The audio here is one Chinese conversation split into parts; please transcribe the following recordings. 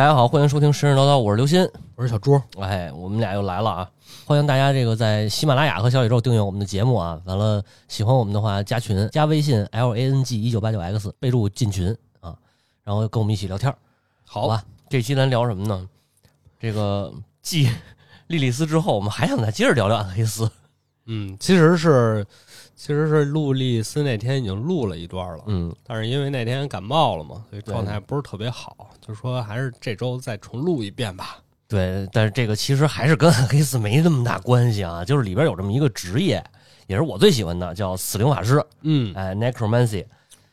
大家好，欢迎收听神神叨叨，我是刘鑫， 我是小朱。 哎，我们俩又来了啊！欢迎大家这个在喜马拉雅和小宇宙订阅我们的节目啊！完了，喜欢我们的话加群，加微信 LANG1989X，备注进群啊，然后跟我们一起聊天。好吧，这期咱聊什么呢？这个继莉莉丝之后，我们还想再接着聊聊暗黑丝。 其实是录莉莉丝那天已经录了一段了，但是因为那天感冒了嘛，所以状态不是特别好，就说还是这周再重录一遍吧。 对，但是这个其实还是跟暗黑丝没那么大关系啊，就是里边有这么一个职业，也是我最喜欢的，叫死灵法师。necromancy，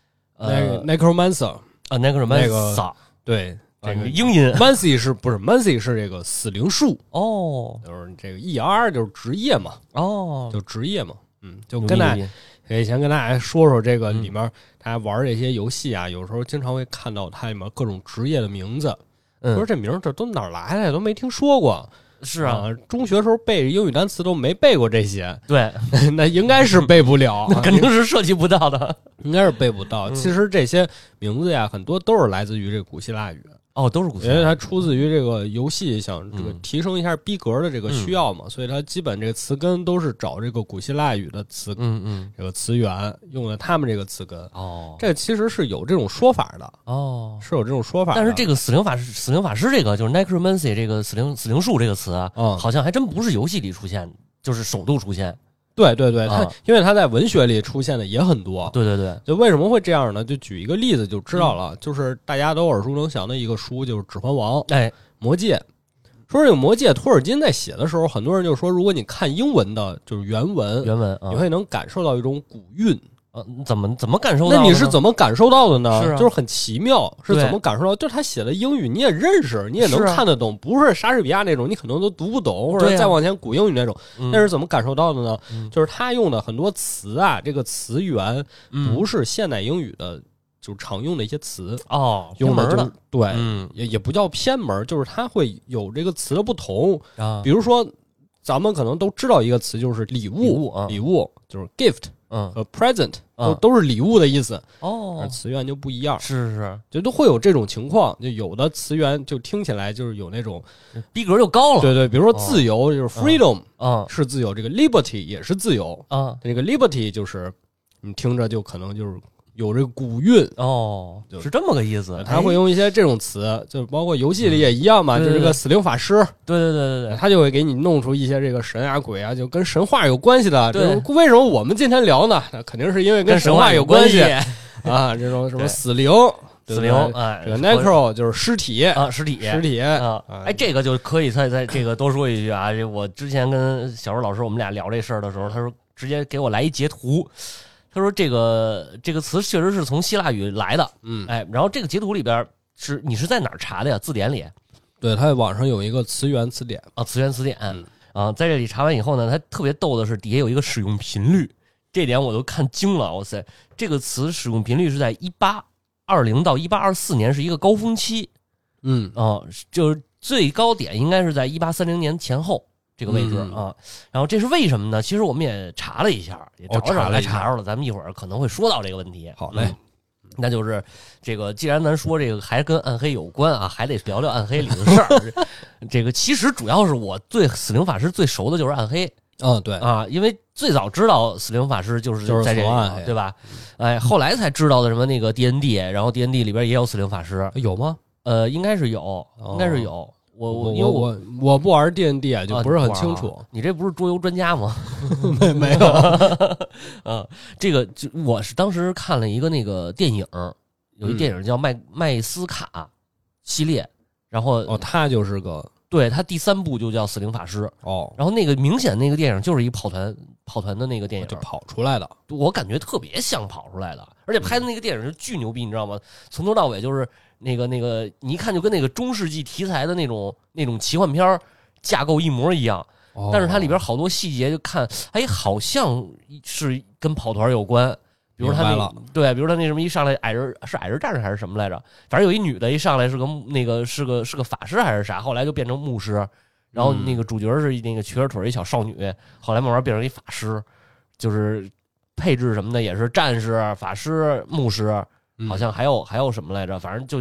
necromancer 啊 necromancer， 对。 这个英音 mancy 是不是 mancy 是这个死灵术哦， 就是这个 ER 就是职业嘛，就职业嘛，就跟大家先跟大家说说这个里面大家玩这些游戏啊，有时候经常会看到它里面各种职业的名字，说这名这都哪儿来的，都没听说过。 是啊， 中学时候背英语单词都没背过这些， 对， 那应该是背不了， 那肯定是涉及不到的， 应该是背不到。其实这些名字呀，很多都是来自于这个古希腊语。 都是古希腊， 因为它出自于这个游戏想这个提升一下逼格的这个需要嘛，所以它基本这个词根都是找这个古希腊语的词，这个词源用的他们这个词根。这个其实是有这种说法的，是有这种说法的。 但是这个死灵法师这个就是 necromancy 这个死灵术这个词啊，好像还真不是游戏里出现，就是首度出现。 对，因为它在文学里出现的也很多。 对， 就为什么会这样呢？就举一个例子就知道了，就是大家都耳熟能详的一个书，就是《指环王》。魔戒。说这个魔戒，托尔金在写的时候，很多人就说，如果你看英文的，就是原文，你会能感受到一种古韵。 怎么感受到的？ 那你是怎么感受到的呢？ 就是很奇妙，是怎么感受到？就是他写的英语你也认识，你也能看得懂，不是莎士比亚那种你可能都读不懂，或者再往前古英语那种。那是怎么感受到的呢？就是他用的很多词啊，这个词源不是现代英语的，就是常用的一些词用的就是对，也不叫偏门，就是它会有这个词的不同比如说，咱们可能都知道一个词，就是礼物就是 gift。和 present 都是礼物的意思词源就不一样， 是， 就都会有这种情况，就有的词源就听起来就是有那种逼格就高了， 对，比如说自由就是 freedom，是自由，这个 liberty 也是自由这个 liberty 就是你听着就可能就是有这个古韵是这么个意思。 他会用一些这种词，就包括游戏里也一样嘛，就是这个死灵法师， 对， 他就会给你弄出一些这个神啊鬼啊，就跟神话有关系的。对，为什么我们今天聊呢？那肯定是因为跟神话有关系啊。这种什么死灵，这个 necro 就是尸体尸体这个就可以再这个多说一句啊。我之前跟小周老师我们俩聊这事儿的时候，他说直接给我来一截图。他说这个词确实是从希腊语来的，然后这个截图里边你是在哪儿查的呀？字典里？ 对，他网上有一个词源词典词源词典在这里查完以后呢，他特别逗的是底下有一个使用频率，这点我都看惊了，哇塞！这个词使用频率是在1820到1824年是一个高峰期，就是最高点应该是在1830年前后。这个位置然后这是为什么呢？其实我们也查了一下，也找着了，咱们一会儿可能会说到这个问题。 好嘞， 那就是这个，既然咱说这个还跟暗黑有关啊，还得聊聊暗黑里的事儿。这个其实主要是我对死灵法师最熟的就是暗黑， 对因为最早知道死灵法师就是在这里，对吧？后来才知道的什么那个 DND， 然后 DND 里边也有死灵法师， 有吗？ 应该是有，应该是有。因为我不玩 D&D 就不是很清楚。 你这不是桌游专家吗？ 没有。 这个我是当时看了一个那个电影，有一电影叫麦斯卡系列，然后他就是个对他第3部就叫死灵法师然后那个明显那个电影就是一跑团的那个电影， 就跑出来的， 我感觉特别像跑出来的，而且拍的那个电影是巨牛逼，你知道吗？从头到尾就是。那个，你一看就跟那个中世纪题材的那种奇幻片架构一模一样，但是它里边好多细节就看，好像是跟跑团有关。比如他比如他那什么一上来矮人战士还是什么来着？反正有一女的一上来是个法师还是啥，后来就变成牧师，然后那个主角是那个瘸着腿一小少女，后来慢慢变成一法师，就是配置什么的也是战士、法师、牧师。好像还有什么来着？反正就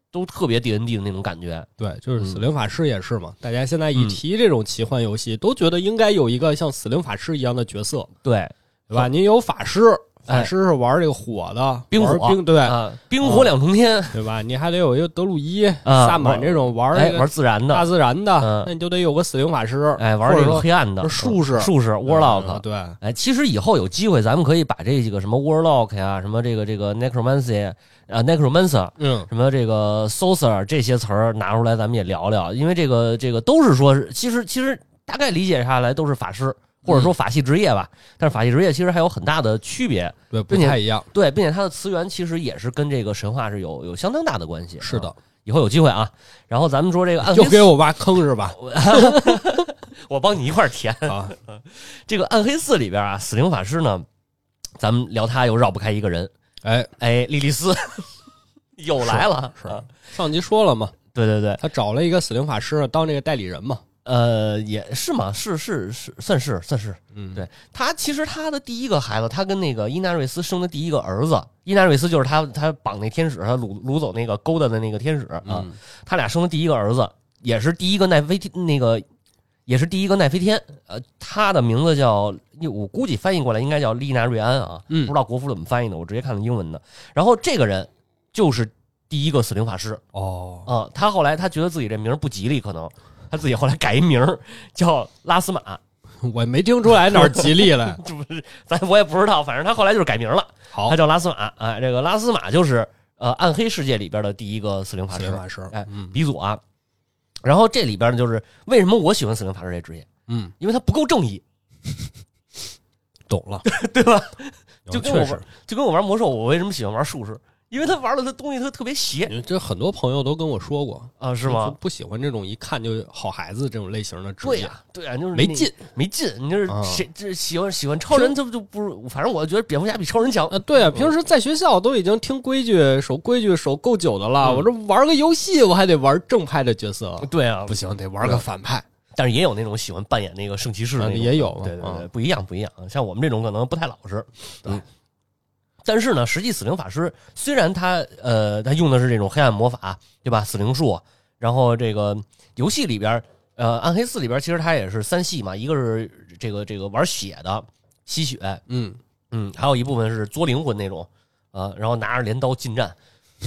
都特别 D&D 的那种感觉。 对，就是死灵法师也是嘛，大家现在一提这种奇幻游戏，都觉得应该有一个像死灵法师一样的角色， 对吧？你有法师。法师是玩这个火的， 冰火对冰火两重天， 对吧？你还得有一个德鲁伊、萨满这种玩自然的、 大自然的，那你就得有个死灵法师， 玩这个黑暗的术士、 warlock。 对， 其实以后有机会，咱们可以把这几个什么 warlock 呀，什么这个 necromancy necromancer， 什么这个 sorcerer 这些词儿拿出来，咱们也聊聊，因为这个都是说，其实大概理解下来都是法师。或者说法系职业吧，但是法系职业其实还有很大的区别， 对，不太一样。 对，并且它的词源其实也是跟这个神话是有相当大的关系。 是的， 以后有机会啊。然后咱们说这个暗黑， 就给我挖坑是吧？ 我帮你一块填啊。这个暗黑4里边啊，死灵法师呢，咱们聊他又绕不开一个人，莉莉丝又来了。 是上集说了嘛？ 对， 他找了一个死灵法师当这个代理人嘛。 也是嘛，是，算是，对他其实他的第一个孩子，他跟那个伊纳瑞斯生的第一个儿子，伊纳瑞斯就是他绑那天使，他掳走那个勾搭的那个天使啊，他俩生的第一个儿子，也是第一个奈飞天，他的名字叫，我估计翻译过来应该叫利纳瑞安啊，不知道国服怎么翻译的，我直接看了英文的。然后这个人就是第一个死灵法师他后来他觉得自己这名不吉利，可能。他自己后来改一名叫拉斯玛， 我没听出来哪儿吉利了， 我也不知道，反正他后来就是改名了， 好， 他叫拉斯玛。这个拉斯玛就是暗黑世界里边的第一个死灵法师，鼻祖啊。然后这里边呢，就是为什么我喜欢死灵法师这职业，因为他不够正义， 懂了， 对吧？就跟我玩魔兽，我为什么喜欢玩术士？因为他玩的他东西他特别邪， 这很多朋友都跟我说过啊，是吗？ 不喜欢这种一看就好孩子这种类型的职业， 对呀，就是没劲。 你就是谁这喜欢超人，就不是，反正我觉得蝙蝠侠比超人强。 对啊，平时在学校都已经听规矩、守规矩守够久的了，我这玩个游戏我还得玩正派的角色。 对啊， 不行，得玩个反派。 但是也有那种喜欢扮演那个圣骑士的， 也有， 对，不一样。像我们这种可能不太老实，但是呢，实际死灵法师虽然他用的是这种黑暗魔法，对吧？死灵术，然后这个游戏里边，暗黑4里边其实它也是3系嘛，一个是这个玩血的吸血，还有一部分是作灵魂那种，然后拿着镰刀近战。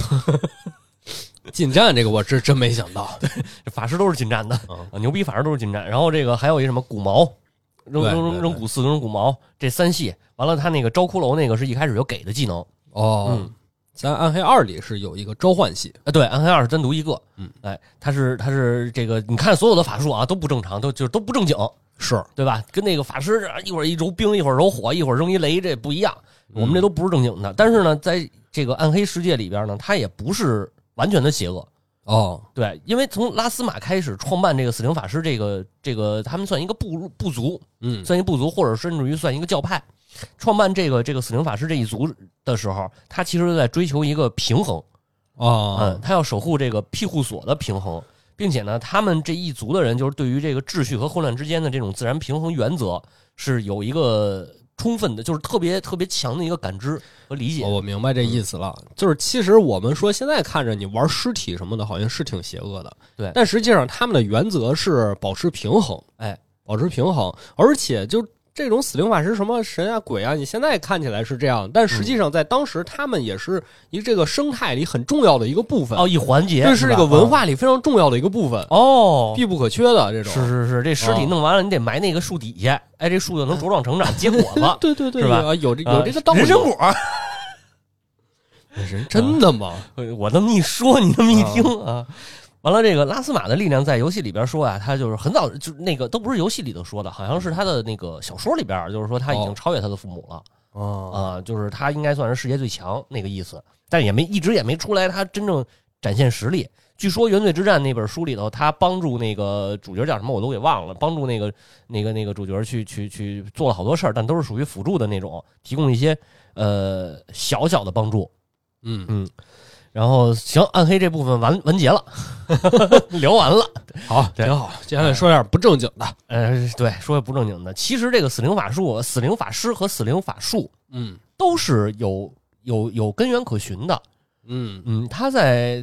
近战这个我真没想到， 对，法师都是近战的，牛逼法师都是近战。然后这个还有一什么骨矛。扔骨刺跟骨矛这3系，完了他那个招骷髅那个是一开始就给的技能咱暗黑2里是有一个召唤系对，暗黑2是单独一个，他是这个，你看所有的法术啊都不正常，都不正经， 是对吧？跟那个法师一会儿一揉冰，一会儿揉火，一会儿扔一雷，这不一样，我们这都不是正经的。但是呢，在这个暗黑世界里边呢，他也不是完全的邪恶。对，因为从拉斯玛开始创办这个死灵法师，这个他们算一个部族，算一部族，或者甚至于算一个教派。创办这个死灵法师这一族的时候，他其实在追求一个平衡他要守护这个庇护所的平衡，并且呢，他们这一族的人就是对于这个秩序和混乱之间的这种自然平衡原则是有一个充分的，就是特别特别强的一个感知和理解。 我明白这意思了，就是其实我们说现在看着你玩尸体什么的，好像是挺邪恶的， 对， 但实际上他们的原则是保持平衡，保持平衡，而且就这种死灵法师什么神啊鬼啊，你现在看起来是这样，但实际上在当时他们也是这个生态里很重要的一个部分一环节， 这是这个文化里非常重要的一个部分必不可缺的这种。 是，这尸体弄完了，你得埋那个树底下，这树就能茁壮成长结果子。 对， 是吧？ 有这个道理。 人参果， 真的吗？ 我这么一说，你这么一听啊。完了，这个拉斯玛的力量在游戏里边说他就是很早就那个都不是游戏里头说的，好像是他的那个小说里边，就是说他已经超越他的父母了就是他应该算是世界最强那个意思，但一直也没出来他真正展现实力。据说《原罪之战》那本书里头，他帮助那个主角叫什么我都给忘了，帮助那个主角去做了好多事儿，但都是属于辅助的那种，提供一些小小的帮助。然后行，暗黑这部分完结了，聊完了， 好，挺好。接下来说点不正经的， 对，说点不正经的。其实这个死灵法师和死灵法术，都是有根源可循的。他在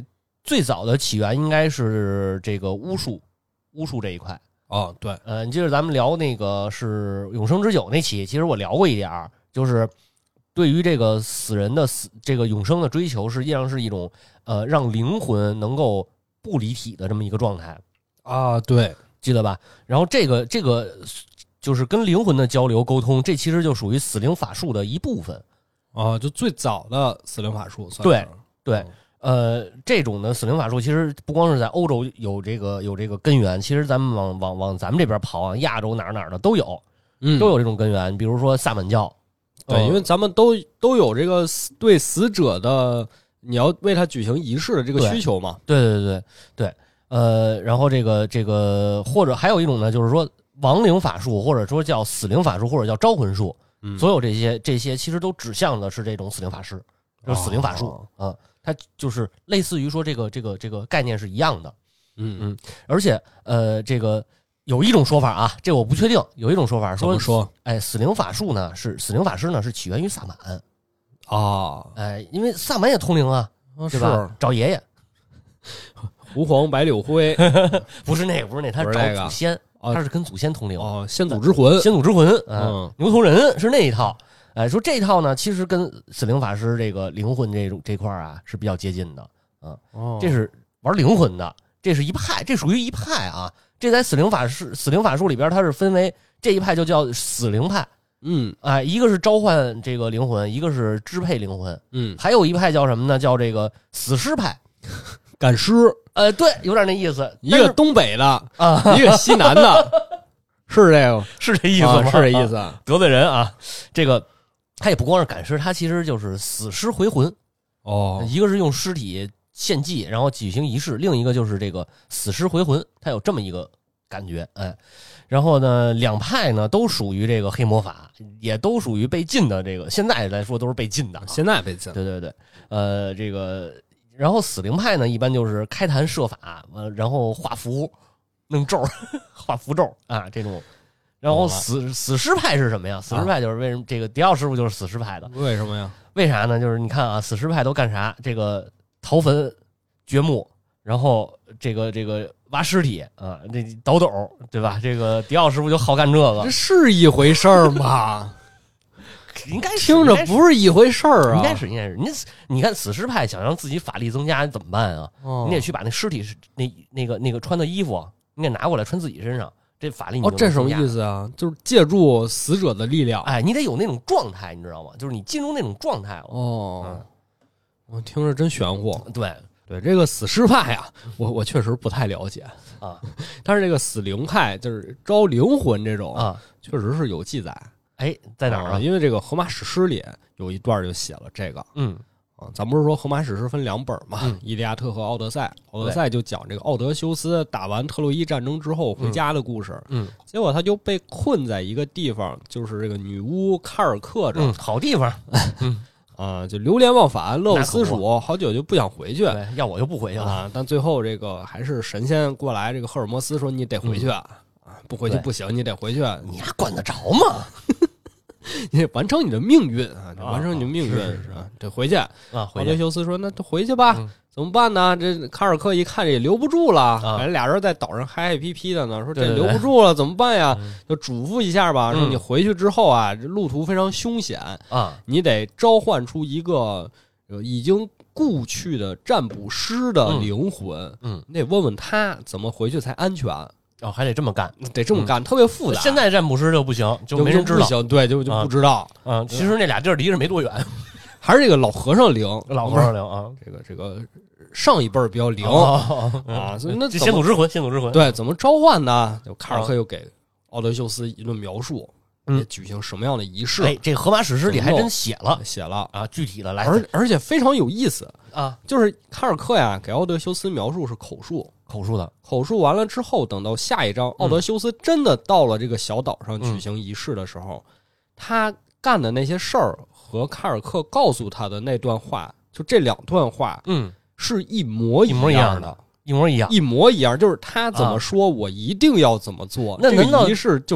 最早的起源应该是这个巫术这一块。 哦，对， 你记得咱们聊那个是永生之酒那期，其实我聊过一点，就是对于这个死人的这个永生的追求，实际上是一种让灵魂能够不离体的这么一个状态啊，对， 记得吧？然后这个就是跟灵魂的交流沟通，这其实就属于死灵法术的一部分啊，就最早的死灵法术算是。对。这种的死灵法术其实不光是在欧洲有这个根源，其实咱们往咱们这边跑啊，亚洲哪儿的都有，都有这种根源。比如说萨满教， 对，因为咱们都有这个对死者的你要为他举行仪式的这个需求嘛。 对。然后这个或者还有一种呢，就是说亡灵法术，或者说叫死灵法术，或者叫招魂术，所有这些其实都指向的是这种死灵法师，就是死灵法术啊。它就是类似于说这个概念是一样的，而且这个有一种说法啊，这我不确定，有一种说法说，死灵法术呢死灵法师呢是起源于萨满啊， 因为萨满也通灵啊，对吧？找爷爷， 胡黄白柳灰， 不是那个，他是找祖先，他是跟祖先通灵先祖之魂， 牛头人是那一套。说这一套呢，其实跟死灵法师这个灵魂这块啊是比较接近的这是玩灵魂的，这是一派，这属于一派啊。这在死灵法术里边，它是分为这一派就叫死灵派，一个是召唤这个灵魂，一个是支配灵魂，还有一派叫什么呢？叫这个死尸派， 赶尸， 对，有点那意思。 一个东北的啊，一个西南的，是这个， 是这意思吗？ 是这意思， 得罪人啊，这个。他也不光是赶尸，他其实就是死尸回魂一个是用尸体献祭，然后举行仪式；另一个就是这个死尸回魂，他有这么一个感觉，然后呢，两派呢都属于这个黑魔法，也都属于被禁的。这个现在来说都是被禁的， 现在被禁。 对，这个然后死灵派呢，一般就是开坛设法，然后画符、弄咒、画符咒啊这种。然后死尸派是什么呀？死尸派就是为什么这个迪奥师傅就是死尸派的？ 为什么呀？ 为啥呢？就是你看啊，死尸派都干啥？这个刨坟、掘墓，然后这个挖尸体啊，这倒斗，对吧？这个迪奥师傅就好干这个， 这是一回事儿吗？ 应该听着不是一回事儿啊， 应该是。你看死尸派想让自己法力增加，你怎么办啊？你得去把那尸体那个穿的衣服，你得拿过来穿自己身上。这法力这什么意思啊？就是借助死者的力量， 你得有那种状态，你知道吗？就是你进入那种状态我听着真玄乎。 对， 这个死尸派啊，我确实不太了解啊。 但是这个死灵派，就是招灵魂这种确实是有记载。 在哪儿啊？ 因为这个荷马史诗里有一段就写了这个。咱不是说荷马史诗分两本嘛，伊利亚特和奥德赛。奥德赛就讲这个奥德修斯打完特洛伊战争之后回家的故事。结果他就被困在一个地方，就是这个女巫卡尔克这好地方。 就流连忘返，乐不思蜀，好久就不想回去。 要我就不回去了但最后这个还是神仙过来，这个赫尔墨斯说你得回去不回去不行，你得回去。 你还管得着吗？ 你得完成你的命运完成你的命运是得回去奥德修斯说那回去吧怎么办呢？这卡尔克一看这也留不住了反正俩人在岛上嗨嗨皮皮的呢，说这留不住了怎么办呀？就嘱咐一下吧，说你回去之后这路途非常凶险你得召唤出一个已经故去的占卜师的灵魂你得问问他怎么回去才安全还得这么干， 特别复杂。 现在占卜师就不行，就没人知道。 不行，对，就不知道。 其实那俩地儿离着没多远， 还是这个老和尚灵，这个上一辈儿比较灵所以那先祖之魂， 对，怎么召唤呢？就卡尔克又给奥德修斯一顿描述，举行什么样的仪式？ 这荷马史诗里还真写了具体的来， 而且非常有意思就是卡尔克呀给奥德修斯描述是口述的， 口述完了之后，等到下一章奥德修斯真的到了这个小岛上举行仪式的时候，他干的那些事儿和卡尔克告诉他的那段话，就这两段话，是一模一样的， 一模一样， 就是他怎么说，我一定要怎么做。 那难道这个仪式就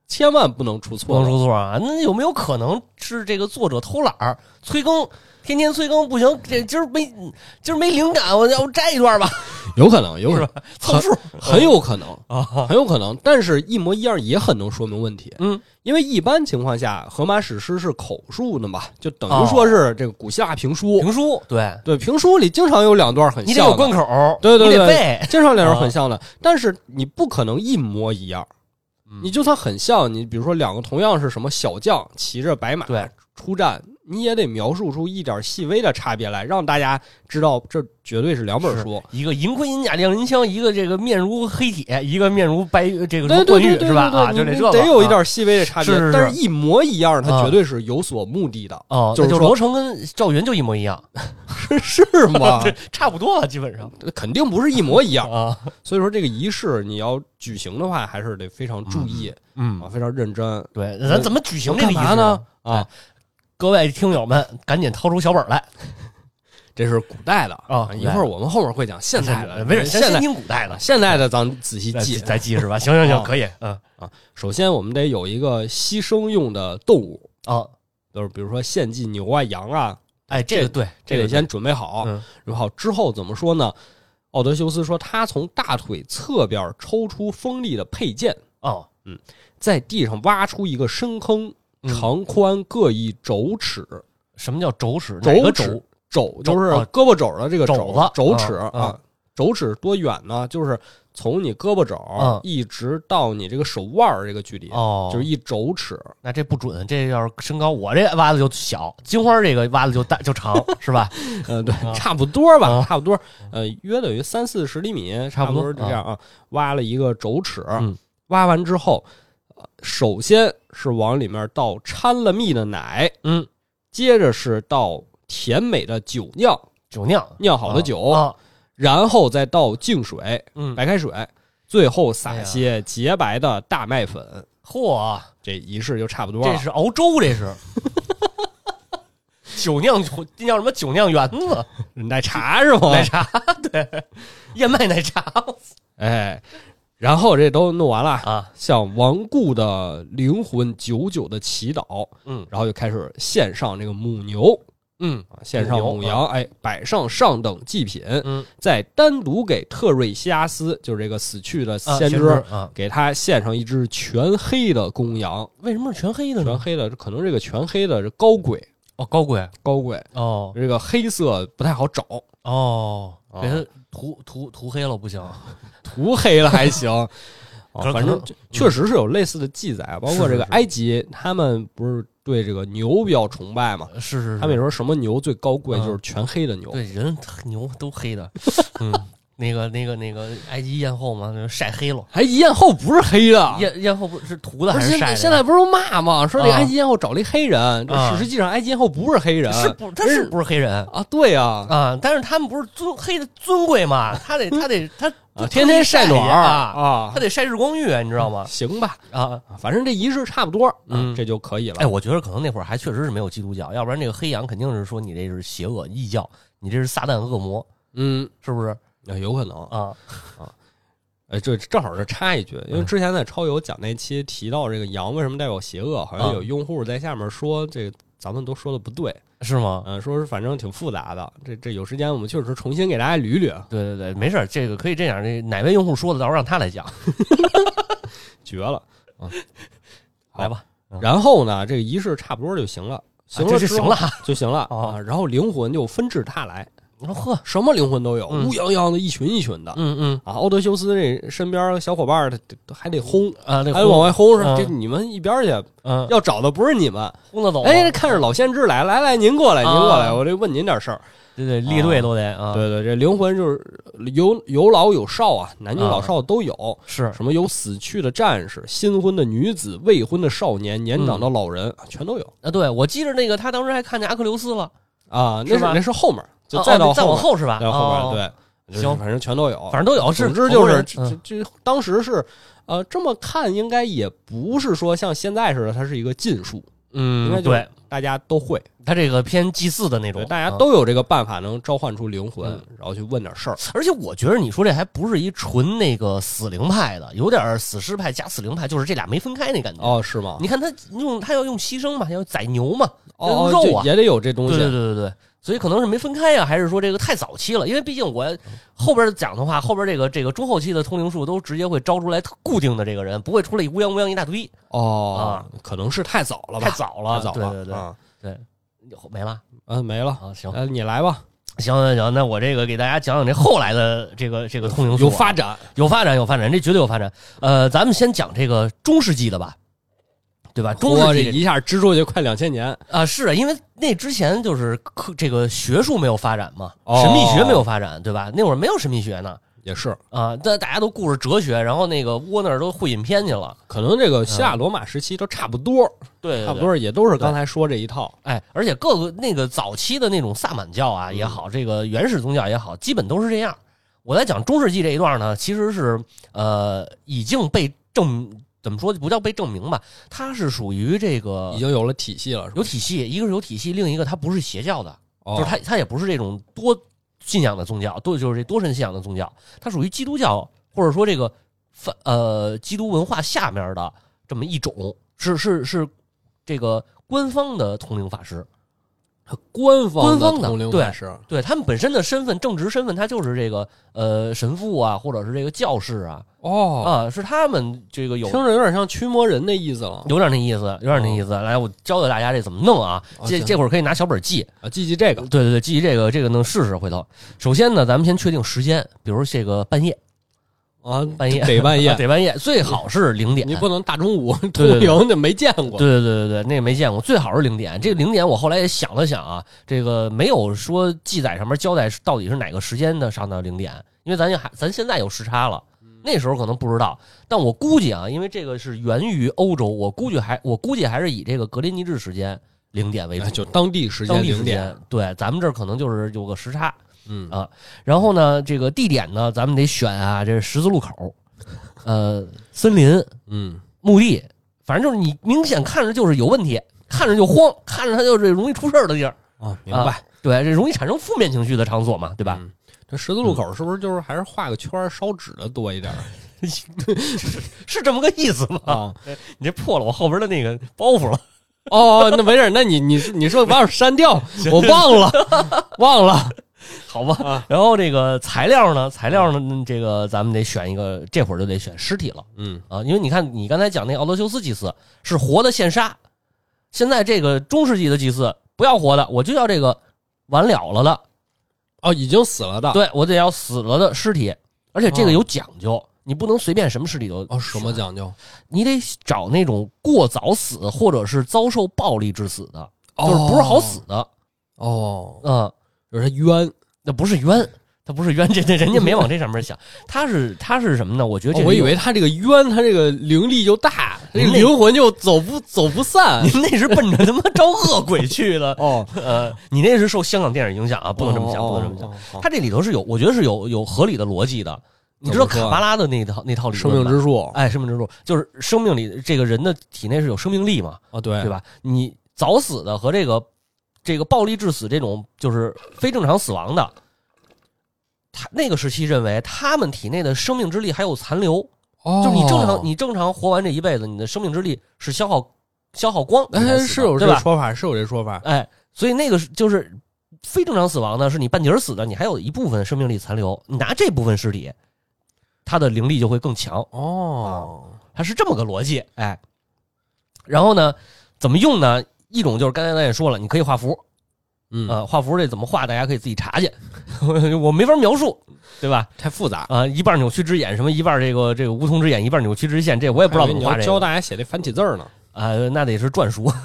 千万不能出错， 不能出错啊！那有没有可能是这个作者偷懒儿催更？天天催更不行，这今儿没灵感，我要摘一段吧。 有可能，有可能凑数， 很有可能啊，很有可能。但是一模一样也很能说明问题。因为一般情况下，荷马史诗是口述的嘛，就等于说是这个古希腊评书。 评书，对， 评书里经常有2段很像的， 你得有关口， 对， 你得背， 经常2段很像的。但是你不可能一模一样，你就算很像，你比如说2个同样是什么小将骑着白马出战。你也得描述出一点细微的差别来，让大家知道这绝对是2本书， 一个银盔银甲亮银枪，一个这个面如黑铁，一个面如白这个冠玉，是吧？啊，就得有一点细微的差别， 是但是一模一样，它绝对是有所目的的。 哦， 就是说罗成跟赵云就一模一样， 是吗？ 差不多吧，基本上肯定不是一模一样啊。 所以说这个仪式你要举行的话，还是得非常注意，非常认真。 对，咱怎么举行这个仪式呢？啊。 各位听友们，赶紧掏出小本来， 这是古代的啊！ 一会儿我们后面会讲现代的， 没事， 先听古代的， 现代的咱仔细记， 再记是吧？行，可以， 首先我们得有一个牺牲用的动物啊， 就是比如说献祭牛啊、羊啊， 哎，这个对， 这得先准备好，准备好之后怎么说呢？奥德修斯说，他从大腿侧边抽出锋利的佩剑，在地上挖出一个深坑。长宽各1肘尺。 什么叫肘尺？ 肘就是胳膊肘的这个肘尺啊。 肘尺多远呢？就是从你胳膊肘一直到你这个手腕这个距离，就是1肘尺。 那这不准，这要是身高，我这袜子就小，金花这个袜子就大就长，是吧？ 对，差不多吧，差不多。约等于30-40厘米，差不多这样啊。挖了一个肘尺，挖完之后。首先是往里面倒掺了蜜的奶，接着是倒甜美的酒酿酿好的酒，然后再倒净水，白开水，最后撒些洁白的大麦粉。 嚯， 这仪式就差不多了。 这是熬粥，这是酒酿，叫什么酒酿圆子？ 奶茶是吗？ 奶茶，对，燕麦奶茶。 哎。然后这都弄完了啊，向亡故的灵魂久久的祈祷，然后就开始献上这个母牛，献上母羊，摆上上等祭品，再单独给特瑞西阿斯，就是这个死去的先知，给他献上一只全黑的公羊。 为什么是全黑的呢？ 全黑的，可能这个全黑的是高贵高贵哦，这个黑色不太好找哦，给他涂黑了不行。 涂黑了还行，反正确实是有类似的记载，包括这个埃及，他们不是对这个牛比较崇拜嘛？ 是， 他们也说什么牛最高贵，就是全黑的牛。 对，人牛都黑的，那个埃及艳后嘛，晒黑了。 埃及艳后不是黑的， 艳后不是涂的还是晒的？ 现在不是骂吗？说这个埃及艳后找了一黑人，实际上埃及艳后不是黑人， 他不是黑人啊？对呀， 但是他们不是黑的尊贵嘛？他天天晒暖啊，他得晒日光浴，你知道吗？ 行吧，反正这仪式差不多，这就可以了。 哎，我觉得可能那会儿还确实是没有基督教，要不然这个黑羊肯定是说你这是邪恶异教，你这是撒旦恶魔，是不是？ 有可能这正好是插一句，因为之前在超游讲那期提到这个羊为什么代表邪恶，好像有用户在下面说这个咱们都说的不对， 是吗？ 说是反正挺复杂的，这有时间我们确实重新给大家捋捋。 对，没事，这个可以这样，这哪位用户说的，到时候让他来讲， 绝了来吧。 然后呢，这个仪式差不多就行了， 就行了啊。然后灵魂就纷至沓来。 你说呵， 什么灵魂都有，乌泱泱的一群一群的，奥德修斯这身边小伙伴他还得轰啊， 还得往外轰，说这你们一边去，要找的不是你们， 轰得走。 哎，看着老先知来，您过来，我这问您点事儿。 对，列队都得啊。 对，这灵魂就是有老有少啊，男女老少都有， 是什么有死去的战士、新婚的女子、未婚的少年、年长的老人，全都有啊。对，我记着那个他当时还看见阿克琉斯了啊，那是后面。就再往后是吧？ 再后面对， 行， 反正全都有， 反正都有。 总之就是这当时是这么看，应该也不是说像现在似的，它是一个禁术，应该对，大大家都会， 他这个偏祭祀的那种， 大家都有这个办法能召唤出灵魂，然后去问点事儿。 而且我觉得你说这还不是一纯那个死灵派的，有点死尸派加死灵派，就是这俩没分开那感觉。 哦，是吗？ 你看他要用牺牲嘛，要宰牛嘛， 哦， 肉啊， 也得有这东西。 对。所以可能是没分开呀，还是说这个太早期了？因为毕竟我后边讲的话，后边这个中后期的通灵术都直接会招出来固定的这个人，不会出来乌泱一大堆。 可能是太早了吧？ 太早了。对，没了。 没了。 行， 你来吧。 行，那我这个给大家讲讲这后来的这个通灵术有发展， 这绝对有发展。咱们先讲这个中世纪的吧。对吧？中世纪一下支出去快2000年啊！是啊，因为那之前就是这个学术没有发展嘛，神秘学没有发展，对吧？那会儿没有神秘学呢， 也是啊。大家都顾着哲学，然后那个窝那儿都会引偏去了。 可能这个希腊罗马时期都差不多， 对， 差不多也都是刚才说这一套。 哎，而且各个那个早期的那种萨满教啊也好，这个原始宗教也好，基本都是这样。我在讲中世纪这一段呢，其实是已经被怎么说不叫被证明吧？它是属于这个已经有了体系了， 有体系，一个是有体系，另一个它不是邪教的，就是它也不是这种多信仰的宗教，就是这多神信仰的宗教，它属于基督教或者说这个基督文化下面的这么一种，是这个官方的通灵法师。 官方的通灵法师， 对他们本身的身份，正职身份，他就是这个神父啊，或者是这个教士啊，是他们这个有， 听着有点像驱魔人那意思了， 有点那意思。来，我教教大家这怎么弄啊？这会儿可以拿小本记啊，记这个， 对，记这个能试试回头。首先呢，咱们先确定时间，比如这个半夜。半夜得半夜， 得半夜，最好是0点。 你不能大中午通灵，那没见过。 对，那个没见过，最好是0点。这个0点，我后来也想了想啊，这个没有说记载上面交代到底是哪个时间的上到0点，因为咱现在有时差了，那时候可能不知道。但我估计啊，因为这个是源于欧洲，我估计还是以这个格林尼治时间0点为主， 就当地时间0点。 对，咱们这儿可能就是有个时差。然后呢，这个地点呢，咱们得选啊，这是十字路口，森林，墓地，反正就是你明显看着就是有问题，看着就慌，看着它就是容易出事的地儿啊，明白？ 对，这容易产生负面情绪的场所嘛，对吧？ 这十字路口是不是就是还是画个圈烧纸的多一点？ 是这么个意思吗？你这破了我后边的那个包袱了。 那没事，那你说把我删掉，我忘了。 好吧，然后这个材料呢，这个咱们得选一个，这会儿就得选尸体了，因为你看你刚才讲那个奥德修斯祭祀是活的现杀，现在这个中世纪的祭祀不要活的，我就要这个完了的， 已经死了的， 对，我得要死了的尸体，而且这个有讲究，你不能随便什么尸体都什么讲究？ 你得找那种过早死或者是遭受暴力致死的，就是不是好死的， 就是他冤， 那不是冤，他不是冤，这人家没往这上面想，他是什么呢？我觉得我以为他这个冤，他这个灵力就大，这个灵魂就走不散。 您那是奔着他妈招恶鬼去的你那是受香港电影影响啊，不能这么想，他这里头是有，我觉得是有合理的逻辑的。你知道卡巴拉的那套理论生命之树， 生命之树就是生命里这个人的体内是有生命力嘛？对吧？你早死的和这个暴力致死这种就是非正常死亡的，他那个时期认为他们体内的生命之力还有残留，就是你正常活完这一辈子，你的生命之力是消耗光， 是有这说法， 所以那个就是非正常死亡呢，是你半截死的，你还有一部分生命力残留，你拿这部分尸体，它的灵力就会更强它是这么个逻辑，然后呢，怎么用呢？一种就是刚才咱也说了，你可以画符，画符这怎么画，大家可以自己查去，我没法描述，对吧？ 太复杂一半扭曲之眼，什么一半这个梧桐之眼，一半扭曲之线，这我也不知道怎么画这个。 你要教大家写这繁体字呢那得是篆书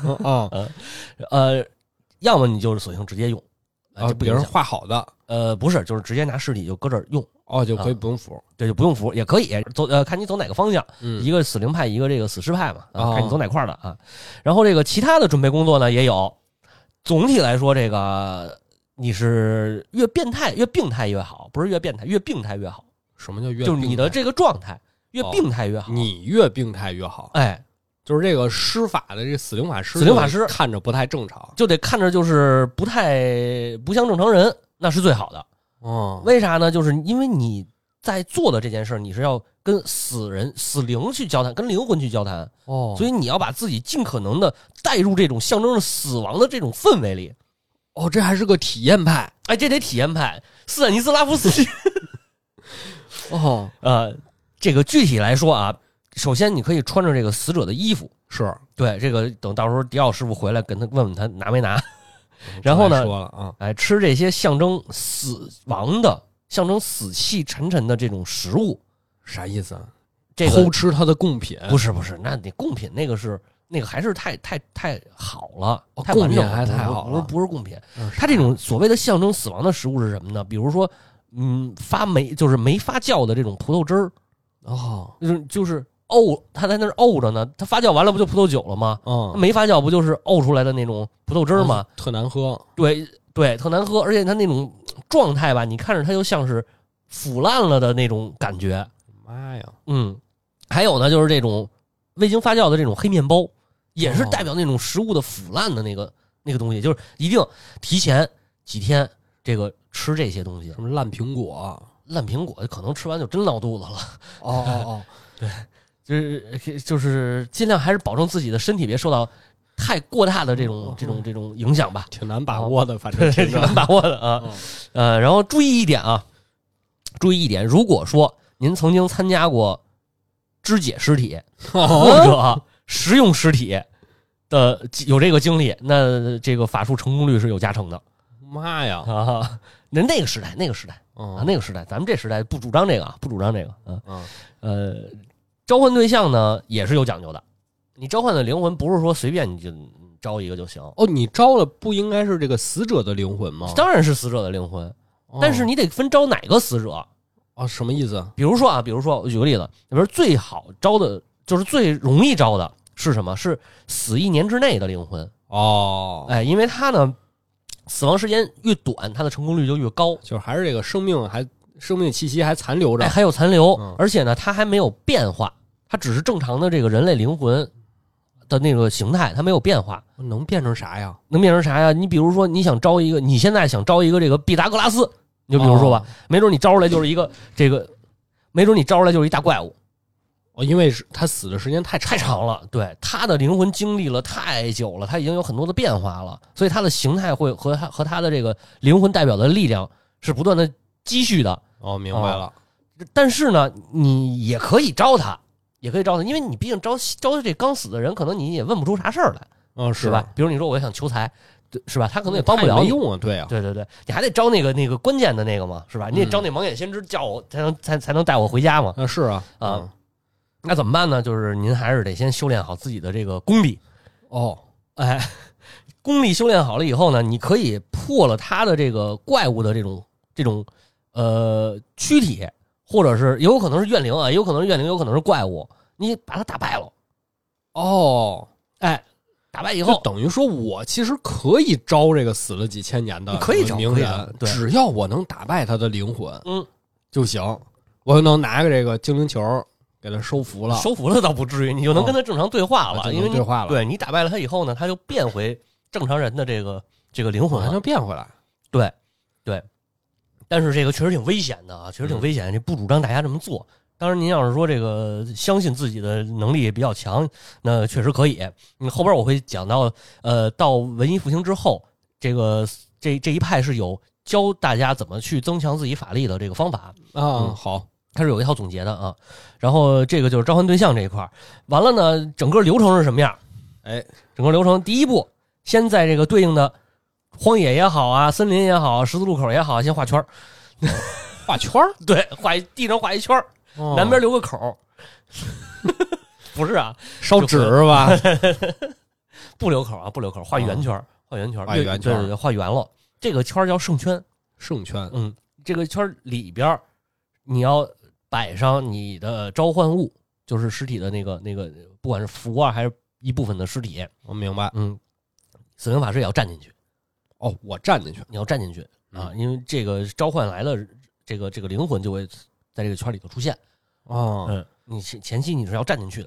要么你就是索性直接用比如画好的， 不是，就是直接拿尸体就搁这儿用就可以不用符， 对，就不用符也可以走，看你走哪个方向，一个死灵派，一个这个死尸派嘛，看你走哪块的啊。然后这个其他的准备工作呢也有，总体来说这个你是越病态越好，不是越变态，越病态越好。 什么叫越？ 就是你的这个状态越病态越好， 你越病态越好， 就是这个施法的这个死灵法师，看着不太正常， 就得看着就是不像正常人，那是最好的。为啥呢？就是因为你在做的这件事，你是要跟死灵去交谈，跟灵魂去交谈。所以你要把自己尽可能的带入这种象征着死亡的这种氛围里。 这还是个体验派。 哎，这得体验派。斯坦尼斯拉夫斯基。这个具体来说啊。首先，你可以穿着这个死者的衣服， 是对这个。等到时候迪奥师傅回来，跟他问问他拿没拿。然后呢， 说了啊， 哎，吃这些象征死亡的、象征死气沉沉的这种食物， 啥意思啊？ 这个偷吃他的贡品？ 不是，那你贡品那个还是太好了，太贡完整品还太好了， 不是贡品。它这种所谓的象征死亡的食物是什么呢？比如说，就是没发酵的这种葡萄汁儿。就是它在那儿沤着呢，它发酵完了不就葡萄酒了吗？没发酵不就是沤出来的那种葡萄汁吗？ 特难喝。 对，特难喝，而且它那种状态吧，你看着它就像是腐烂了的那种感觉。 妈呀！ 还有呢，就是这种未经发酵的这种黑面包，也是代表那种食物的腐烂的那个东西，就是一定提前几天这个吃这些东西。 什么烂苹果可能吃完就真闹肚子了。对，就是尽量还是保证自己的身体别受到太过大的这种影响吧。 挺难把握的，反正挺难把握的啊。然后注意一点，如果说您曾经参加过肢解尸体或者食用尸体的有这个经历，那这个法术成功率是有加成的。 妈呀！ 那个时代，咱们这时代不主张这个。召唤对象呢也是有讲究的，你召唤的灵魂不是说随便你就招一个就行。 你招了不应该是这个死者的灵魂吗？ 当然是死者的灵魂，但是你得分招哪个死者。 什么意思？ 比如说我举个例子，比如最好招的就是最容易招的是什么？是死1年之内的灵魂。因为他呢死亡时间越短，它的成功率就越高， 就是还是这个生命气息还残留着， 还有残留，而且呢，它还没有变化，它只是正常的这个人类灵魂的那个形态，它没有变化。 能变成啥呀？ 你比如说，你现在想招一个这个毕达哥拉斯，你就比如说吧，没准你招出来就是一个没准你招出来就是一大怪物。 因为他死的时间太长了，对，他的灵魂经历了太久了，他已经有很多的变化了，所以他的形态会和他的这个灵魂代表的力量是不断的积蓄的。 明白了。 但是呢，你也可以招他，因为你毕竟招这刚死的人，可能你也问不出啥事儿来，是吧？比如你说我想求财，是吧？他可能也帮不了你， 没用啊，对啊， 对，你还得招那个关键的那个嘛，是吧？你得招那盲眼先知，叫我才能带我回家嘛。 是啊， 那怎么办呢？就是您还是得先修炼好自己的这个功力。功力修炼好了以后呢，你可以破了他的这个怪物的这种躯体，或者是有可能是怨灵啊，有可能是怨灵，有可能是怪物，你把他打败了。打败以后， 就等于说我其实可以招这个死了几千年的名人，只要我能打败他的灵魂，就行。我就能拿个这个精灵球给他收服了。 收服了倒不至于，你就能跟他正常对话了，因为对话了。 对，你打败了他以后呢，他就变回正常人的这个灵魂了， 他就变回来。 对。但是这个确实挺危险的啊，这不主张大家这么做。当然，您要是说这个相信自己的能力也比较强，那确实可以。后边我会讲到，到文艺复兴之后，这一派是有教大家怎么去增强自己法力的这个方法啊。好， 它是有一套总结的啊。然后这个就是召唤对象这一块，完了呢，整个流程是什么样？整个流程第一步，先在这个对应的荒野也好啊，森林也好，十字路口也好，先画圈。 画圈？ 对，地上画一圈。南边留个口。不是啊， 烧纸是吧？ 不留口啊，不留口，画圆圈，画圆圈，对，画圆了。这个圈叫圣圈，这个圈里边你要摆上你的召唤物，就是尸体的那个，不管是符啊还是一部分的尸体。 我明白。 死灵法师也要站进去。 我站进去， 你要站进去啊，因为这个召唤来了，这个灵魂就会在这个圈里头出现。你前期你是要站进去的。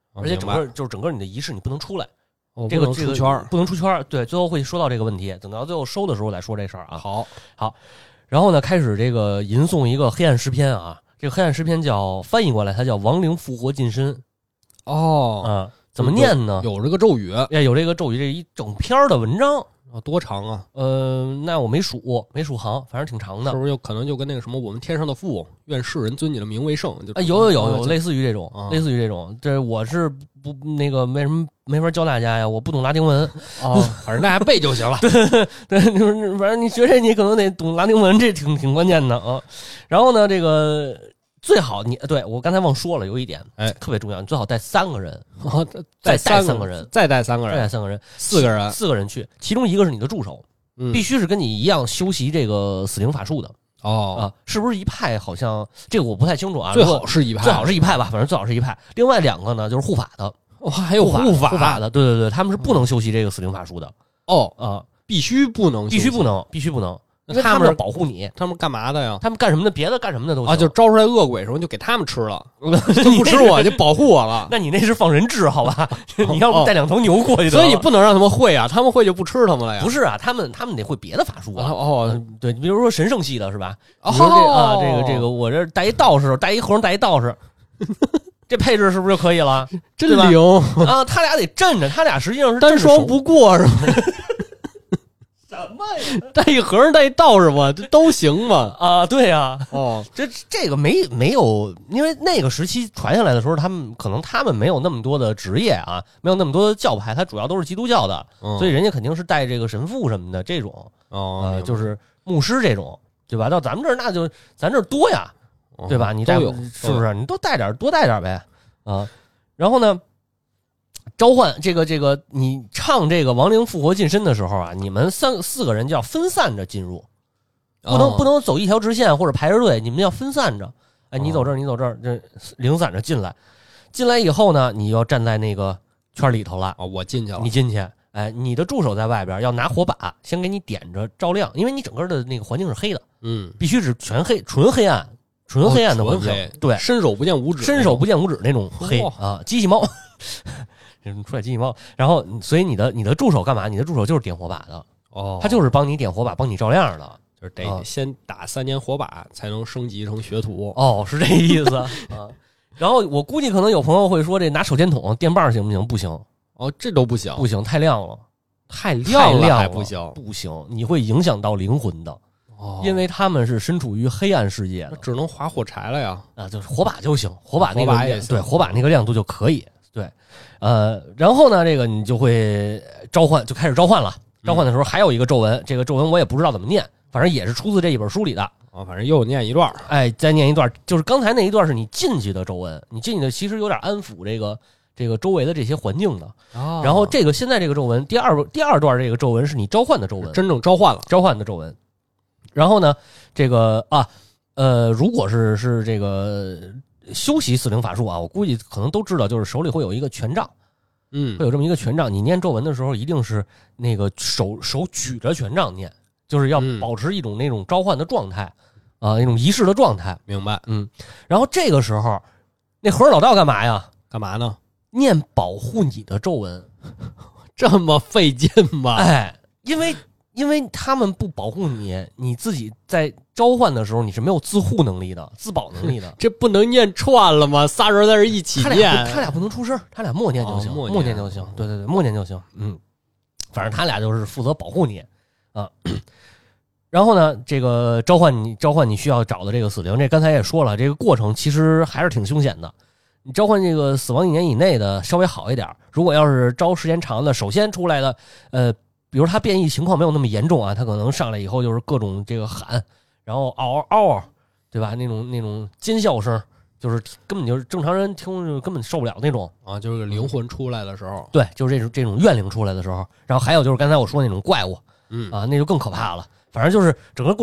而且整个你的仪式你不能出来， 这个出圈不能出圈。对，最后会说到这个问题，等到最后收的时候来说这事儿啊。 好， 然后呢，开始这个吟诵一个黑暗诗篇啊，这个黑暗诗篇翻译过来，它叫亡灵复活近身。怎么念呢？ 有这个咒语， 有这个咒语，这一整篇的文章。 多长啊？ 那我没数行，反正挺长的。 是不是有可能就跟那个什么我们天上的父，愿世人尊你的名为圣？就有，类似于这种，这我是不那个没法教大家呀，我不懂拉丁文反正大家背就行了。 对，就是反正你学这你可能得懂拉丁文，这挺关键的啊。然后呢，这个最好对我刚才忘说了，有一点特别重要，你最好带3个人，再带3个人， 再带3个人，4个人去，其中一个是你的助手，必须是跟你一样修习这个死灵法术的。是不是一派？好像这个我不太清楚啊。 最好是一派吧，反正最好是一派。另外2个呢，就是护法的。 还有护法的，对，他们是不能修习这个死灵法术的。 必须不能。 因为他们要保护你。 他们干嘛的呀？ 他们干什么的？别的干什么的都行。 就招出来恶鬼什么就给他们吃了，就不吃我就保护我了。 那你那是放人质好吧？你要不带2头牛过去， 所以你不能让他们会啊，他们会就不吃他们了呀。 不是啊，他们得会别的法术啊。对，比如说神圣系的是吧？这个我这带一道士，带一和尚，带一道士，这配置是不是就可以了？ 真灵啊！他俩得镇着，他俩实际上是单双不过是吗？ 什么呀？ 带一和尚带一道士嘛，这都行嘛？ 对呀。这个没有，因为那个时期传下来的时候，他们没有那么多的职业啊，没有那么多的教派，他主要都是基督教的，所以人家肯定是带这个神父什么的这种，就是牧师这种，对吧？到咱们这儿那就咱这儿多呀，对吧？你带是不是？你多带点呗啊。然后呢？召唤这个，你唱这个亡灵复活近身的时候啊，你们4个人就要分散着进入，不能走一条直线或者排着队，你们要分散着。你走这儿，你走这儿，这零散着进来。进来以后呢，你要站在那个圈里头了。 我进去了， 你进去。你的助手在外边要拿火把先给你点着照亮，因为你整个的那个环境是黑的，必须是全黑，纯黑暗的环境。对， 伸手不见五指那种黑啊，机器猫。出来机器猫，然后所以你的助手干嘛？你的助手就是点火把的他就是帮你点火把，帮你照亮的， 就是得先打3年火把才能升级成学徒。 是这意思啊。然后我估计可能有朋友会说，这拿手电筒、电棒行不行？不行这都不行， 太亮了， 太亮了还不行，你会影响到灵魂的。因为他们是身处于黑暗世界的， 只能划火柴了呀。 就是火把就行，火把那个对，火把那个亮度就可以。对，然后呢，这个你就会就开始召唤了。召唤的时候还有一个咒文，这个咒文我也不知道怎么念，反正也是出自这一本书里的。 反正又念一段。 再念一段，就是刚才那一段是你进去的咒文，你进去的其实有点安抚这个周围的这些环境的。然后现在这个咒文，第二段这个咒文是你召唤的咒文， 真正召唤的咒文。然后呢，这个如果是这个修习死灵法术啊，我估计可能都知道，就是手里会有一个权杖，会有这么一个权杖。你念咒文的时候，一定是那个手举着权杖念，就是要保持一种那种召唤的状态那种仪式的状态。 明白？ 然后这个时候，那和尚老道干嘛呀？ 干嘛呢？ 念保护你的咒文， 这么费劲吗？ 因为他们不保护你，你自己在召唤的时候你是没有自护能力的、自保能力的。 这不能念串了吗？3人在这一起念， 他俩不能出声，他俩默念就行，默念就行。对，默念就行。反正他俩就是负责保护你啊。然后呢，这个召唤你需要找的这个死灵，这刚才也说了，这个过程其实还是挺凶险的。你召唤这个死亡1年以内的稍微好一点，如果要是招时间长的，首先出来的比如他变异情况没有那么严重啊，他可能上来以后就是各种这个喊，然后嗷嗷，对吧？那种尖叫声，就是根本就是正常人听就根本受不了那种就是灵魂出来的时候， 对，就是这种怨灵出来的时候。然后还有就是刚才我说那种怪物，那就更可怕了。反正就是整个过程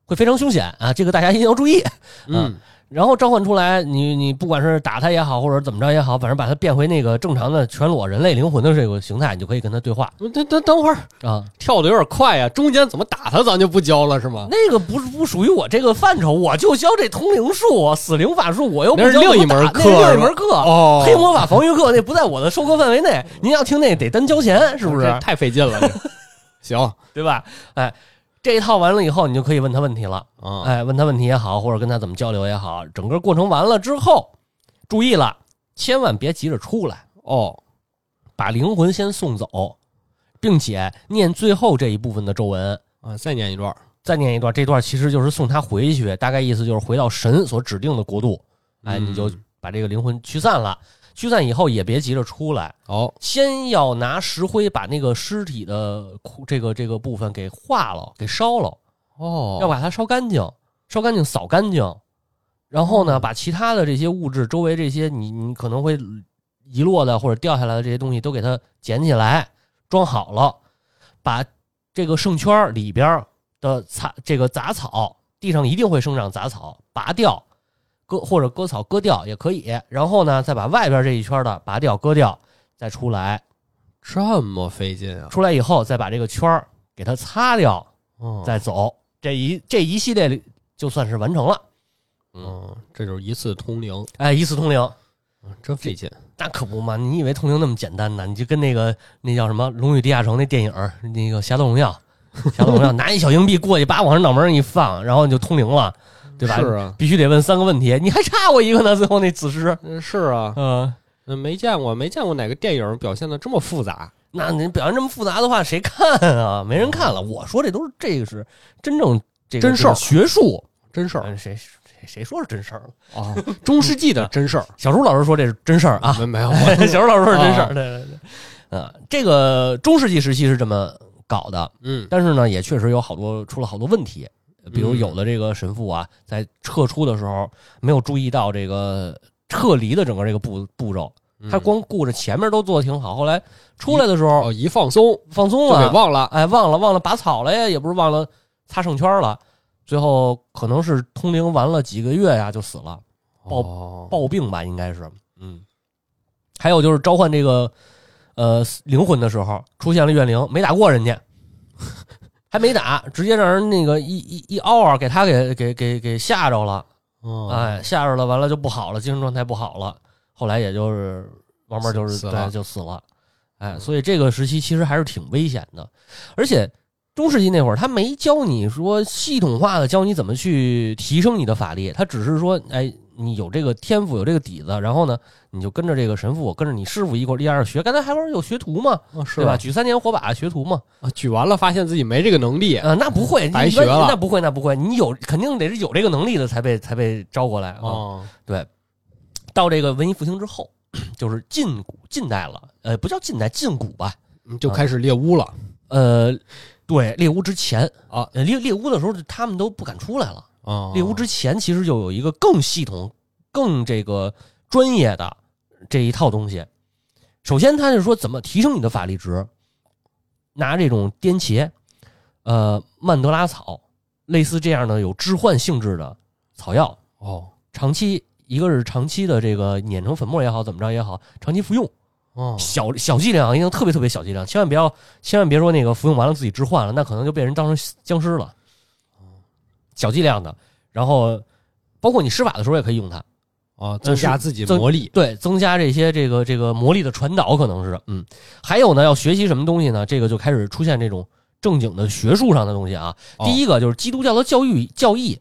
会非常凶险啊，这个大家一定要注意。然后召唤出来，你不管是打他也好，或者怎么着也好，反正把他变回那个正常的全裸人类灵魂的这个形态，你就可以跟他对话。 等会儿啊，跳的有点快啊，中间怎么打他咱就不教了是吗？ 那个不属于我这个范畴，我就教这通灵术、死灵法术，我又不教那是另一门课， 另一门课哦。黑魔法防御课那不在我的授课范围内，您要听那得单交钱，是不是？ 太费劲了，行， 对吧？哎。这一套完了以后，你就可以问他问题了。问他问题也好，或者跟他怎么交流也好，整个过程完了之后，注意了，千万别急着出来把灵魂先送走，并且念最后这一部分的咒文啊，再念一段。 这段其实就是送他回去，大概意思就是回到神所指定的国度。你就把这个灵魂驱散了。驱散以后也别急着出来先要拿石灰把那个尸体的这个部分给化了，给烧了要把它烧干净，扫干净，然后呢，把其他的这些物质周围这些你可能会遗落的或者掉下来的这些东西都给它捡起来装好了，把这个圣圈里边的这个杂草，地上一定会生长杂草，拔掉或者割草割掉也可以，然后呢再把外边这一圈的拔掉割掉，再出来。 这么费劲啊！ 出来以后再把这个圈给它擦掉再走，这一系列就算是完成了。 这就是一次通灵。 一次通灵真费劲。 那可不嘛，你以为通灵那么简单呢？你就跟那叫什么《龙与地下城》那电影那个《侠盗荣耀》拿一小硬币过去把往人脑门上一放，然后你就通灵了，对吧？ 是啊， 必须得问3个问题，你还差我一个呢。最后那子师是啊，没见过哪个电影表现的这么复杂。 那你表现这么复杂的话，谁看啊？没人看了。我说这个是真正真事儿， 学术真事儿。 谁说是真事儿了？ 中世纪的真事儿。 小朱老师说这是真事儿啊， 没有。 小朱老师说是真事儿，对。这个中世纪时期是这么搞的，但是呢，也确实出了好多问题。比如有的这个神父啊，在撤出的时候没有注意到这个撤离的整个这个步骤，他光顾着前面都做得挺好，后来出来的时候一放松了， 就给忘了， 忘了拔草了呀，也不是忘了擦圣圈了，最后可能是通灵完了几个月呀就死了，暴病吧应该是，还有就是召唤这个灵魂的时候出现了怨灵，没打过人家。还没打，直接让人那个一嗷给他给吓着了，吓着了，完了就不好了，精神状态不好了，后来也就是慢慢就是对就死了，所以这个时期其实还是挺危险的，而且中世纪那会儿他没教你说系统化的教你怎么去提升你的法力，他只是说你有这个天赋有这个底子，然后呢你就跟着这个神父跟着你师傅一块儿学，刚才还不是有学徒吗？对吧？举3年火把学徒嘛， 举完了发现自己没这个能力那不会白学了， 那不会，你肯定得是有这个能力的才被招过来对，到这个文艺复兴之后，就是近代了，不叫近代，近古吧， 就开始猎巫了。 对，猎巫之前猎巫的时候他们都不敢出来了。猎巫之前其实就有一个更系统、更这个专业的这一套东西。首先，他是说怎么提升你的法力值，拿这种颠茄、曼德拉草，类似这样的有致幻性质的草药长期一个是长期的这个碾成粉末也好，怎么着也好，长期服用。小剂量，一定特别特别小剂量，千万别说那个服用完了自己致幻了，那可能就被人当成僵尸了。小剂量的，然后包括你施法的时候也可以用它增加自己魔力， 对，增加这些这个魔力的传导可能是还有呢，要学习什么东西呢？这个就开始出现这种正经的学术上的东西啊。第一个就是基督教的教义，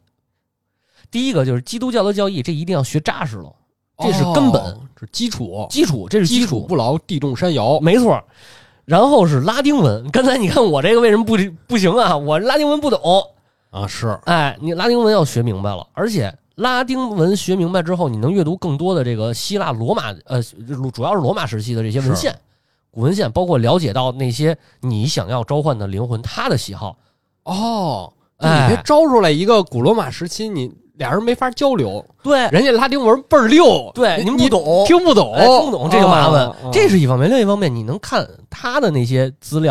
这一定要学扎实了，这是根本， 这是基础， 这是基础不牢，地动山摇， 没错。然后是拉丁文，刚才你看我这个为什么不行啊？我拉丁文不懂。 是， 你拉丁文要学明白了，而且拉丁文学明白之后，你能阅读更多的这个希腊罗马主要是罗马时期的这些文献、古文献，包括了解到那些你想要召唤的灵魂他的喜好。 你别招出来一个古罗马时期，你俩人没法交流。 对， 人家拉丁文倍儿溜， 对，你不懂， 听不懂， 这就麻烦。这是一方面，另一方面，你能看他的那些资料。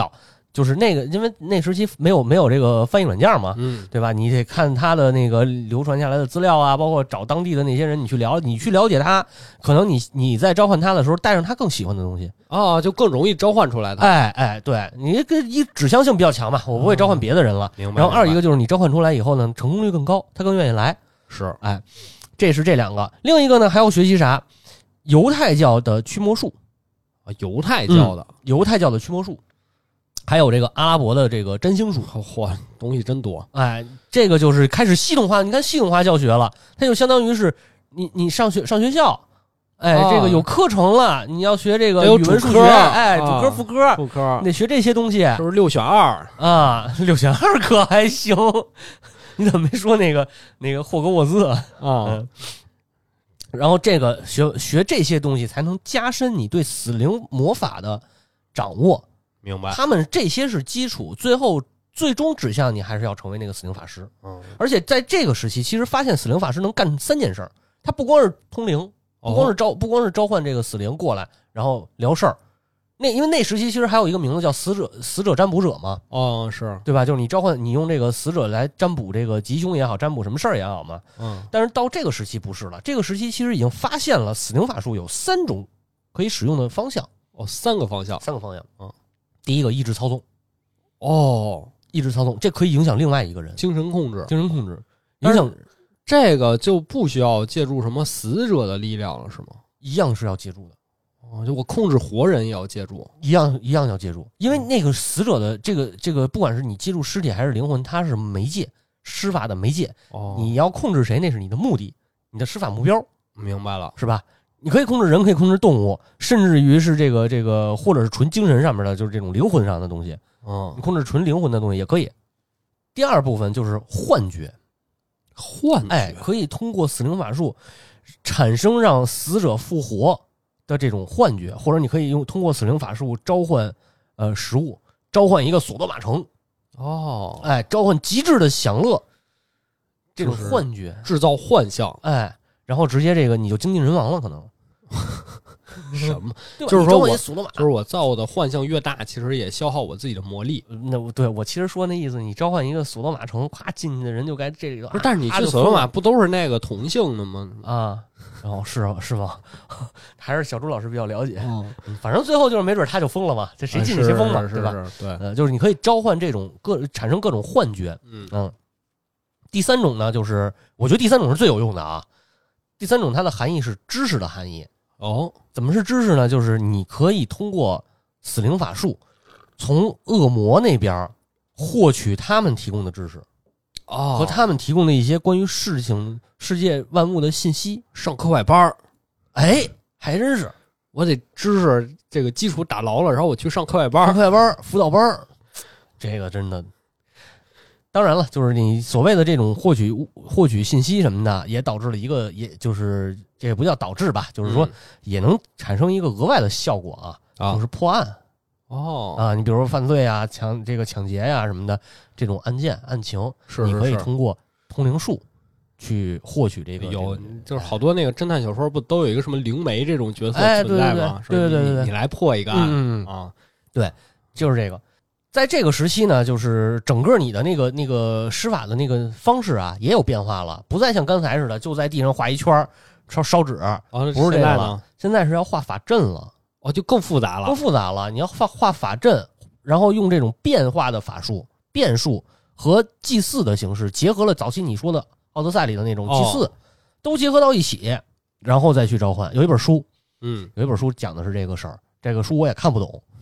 就是那个，因为那时期没有这个翻译软件嘛，对吧？你得看他的那个流传下来的资料啊，包括找当地的那些人，你去了解他，可能你在召唤他的时候带上他更喜欢的东西就更容易召唤出来的。 对，你指向性比较强嘛，我不会召唤别的人了。 明白。 然后二一个就是你召唤出来以后呢，成功率更高，他更愿意来。 是， 这是这两个。另一个呢，还要学习啥？犹太教的驱魔术。 犹太教的驱魔术。还有这个阿拉伯的这个占星术， 嚯，东西真多！ 这个就是开始系统化，你看系统化教学了，它就相当于是你上学校，这个有课程了，你要学这个语文数学，主科副科，你得学这些东西， 是不是6选2 啊？6选2可还行？你怎么没说那个霍格沃兹啊？然后这个学这些东西，才能加深你对死灵魔法的掌握。 明白， 他们这些是基础，最终指向你还是要成为那个死灵法师。而且在这个时期，其实发现死灵法师能干3件事儿，他不光是通灵，不光是召唤这个死灵过来，然后聊事儿。因为那时期其实还有一个名字叫死者占卜者嘛。 是对吧？就是你召唤，你用这个死者来占卜这个吉凶也好，占卜什么事儿也好嘛。但是到这个时期不是了，这个时期其实已经发现了死灵法术有3种可以使用的方向。 3个方向。 第一个意志操纵，意志操纵，这可以影响另外一个人， 精神控制， 影响这个就不需要借助什么死者的力量了，是吗？ 一样是要借助的， 就我控制活人也要借助， 一样要借助，因为那个死者的这个，不管是你接触尸体还是灵魂，它是媒介，施法的媒介，你要控制谁，那是你的目的，你的施法目标， 明白了， 是吧？你可以控制人，可以控制动物，甚至于是这个，或者是纯精神上面的，就是这种灵魂上的东西。你控制纯灵魂的东西也可以。第二部分就是幻觉，可以通过死灵法术产生让死者复活的这种幻觉，或者你可以通过死灵法术召唤食物，召唤一个索多玛城。召唤极致的享乐，这种幻觉， 制造幻象。 然后直接这个你就精尽人亡了，可能什么？就是说我造的幻象越大，其实也消耗我自己的魔力。 我其实说那意思，你召唤一个索多玛城，咵进去的人就该这里头。 但是你去索多玛不都是那个同性的吗？ 然后是吗？还是小朱老师比较了解。反正最后就是没准他就疯了嘛，这谁进去谁疯嘛，对吧？ 对， 就是你可以召唤这种产生各种幻觉。第3种呢，就是我觉得第3种是最有用的啊。第3种它的含义是知识的含义。怎么是知识呢？就是你可以通过死灵法术从恶魔那边获取他们提供的知识，和他们提供的一些关于世界万物的信息。 上课外班， 还真是， 我得知识这个基础打牢了，然后我去上课外班、 辅导班，这个真的。当然了，就是你所谓的这种获取信息什么的，也导致了一个，也就是这也不叫导致吧，就是说也能产生一个额外的效果就是破案。你比如说犯罪啊、抢劫呀什么的这种案情，你可以通过通灵术去获取这个。 就是好多那个侦探小说不都有一个什么灵媒这种角色存在吗？ 对， 你来破一个案对，就是这个。在这个时期呢，就是整个你的那个施法的那个方式也有变化了，不再像刚才似的就在地上画一圈烧纸，不是这样了。现在是要画法阵了， 就更复杂了。你要画法阵，然后用这种变化的法术、变术和祭祀的形式，结合了早期你说的奥德赛里的那种祭祀，都结合到一起，然后再去召唤。有一本书讲的是这个事儿，这个书我也看不懂。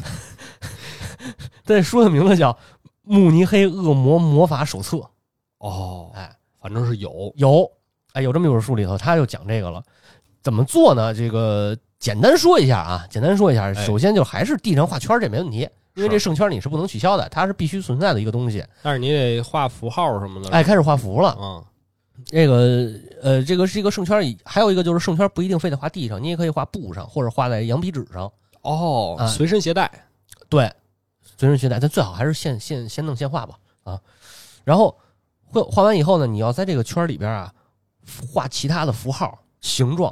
这书的名字叫《慕尼黑恶魔魔法手册》。 反正是有这么一本书里头，他就讲这个了。怎么做呢？这个简单说一下。首先就还是地上画圈，这没问题，因为这圣圈你是不能取消的，它是必须存在的一个东西。 但是你得画符号什么的。 开始画符了。这个是一个圣圈，还有一个就是圣圈不一定非得画地上，你也可以画布上或者画在羊皮纸上。 随身携带。 对。随身携带，但最好还是先弄现画吧然后画完以后呢，你要在这个圈里边画其他的符号、形状，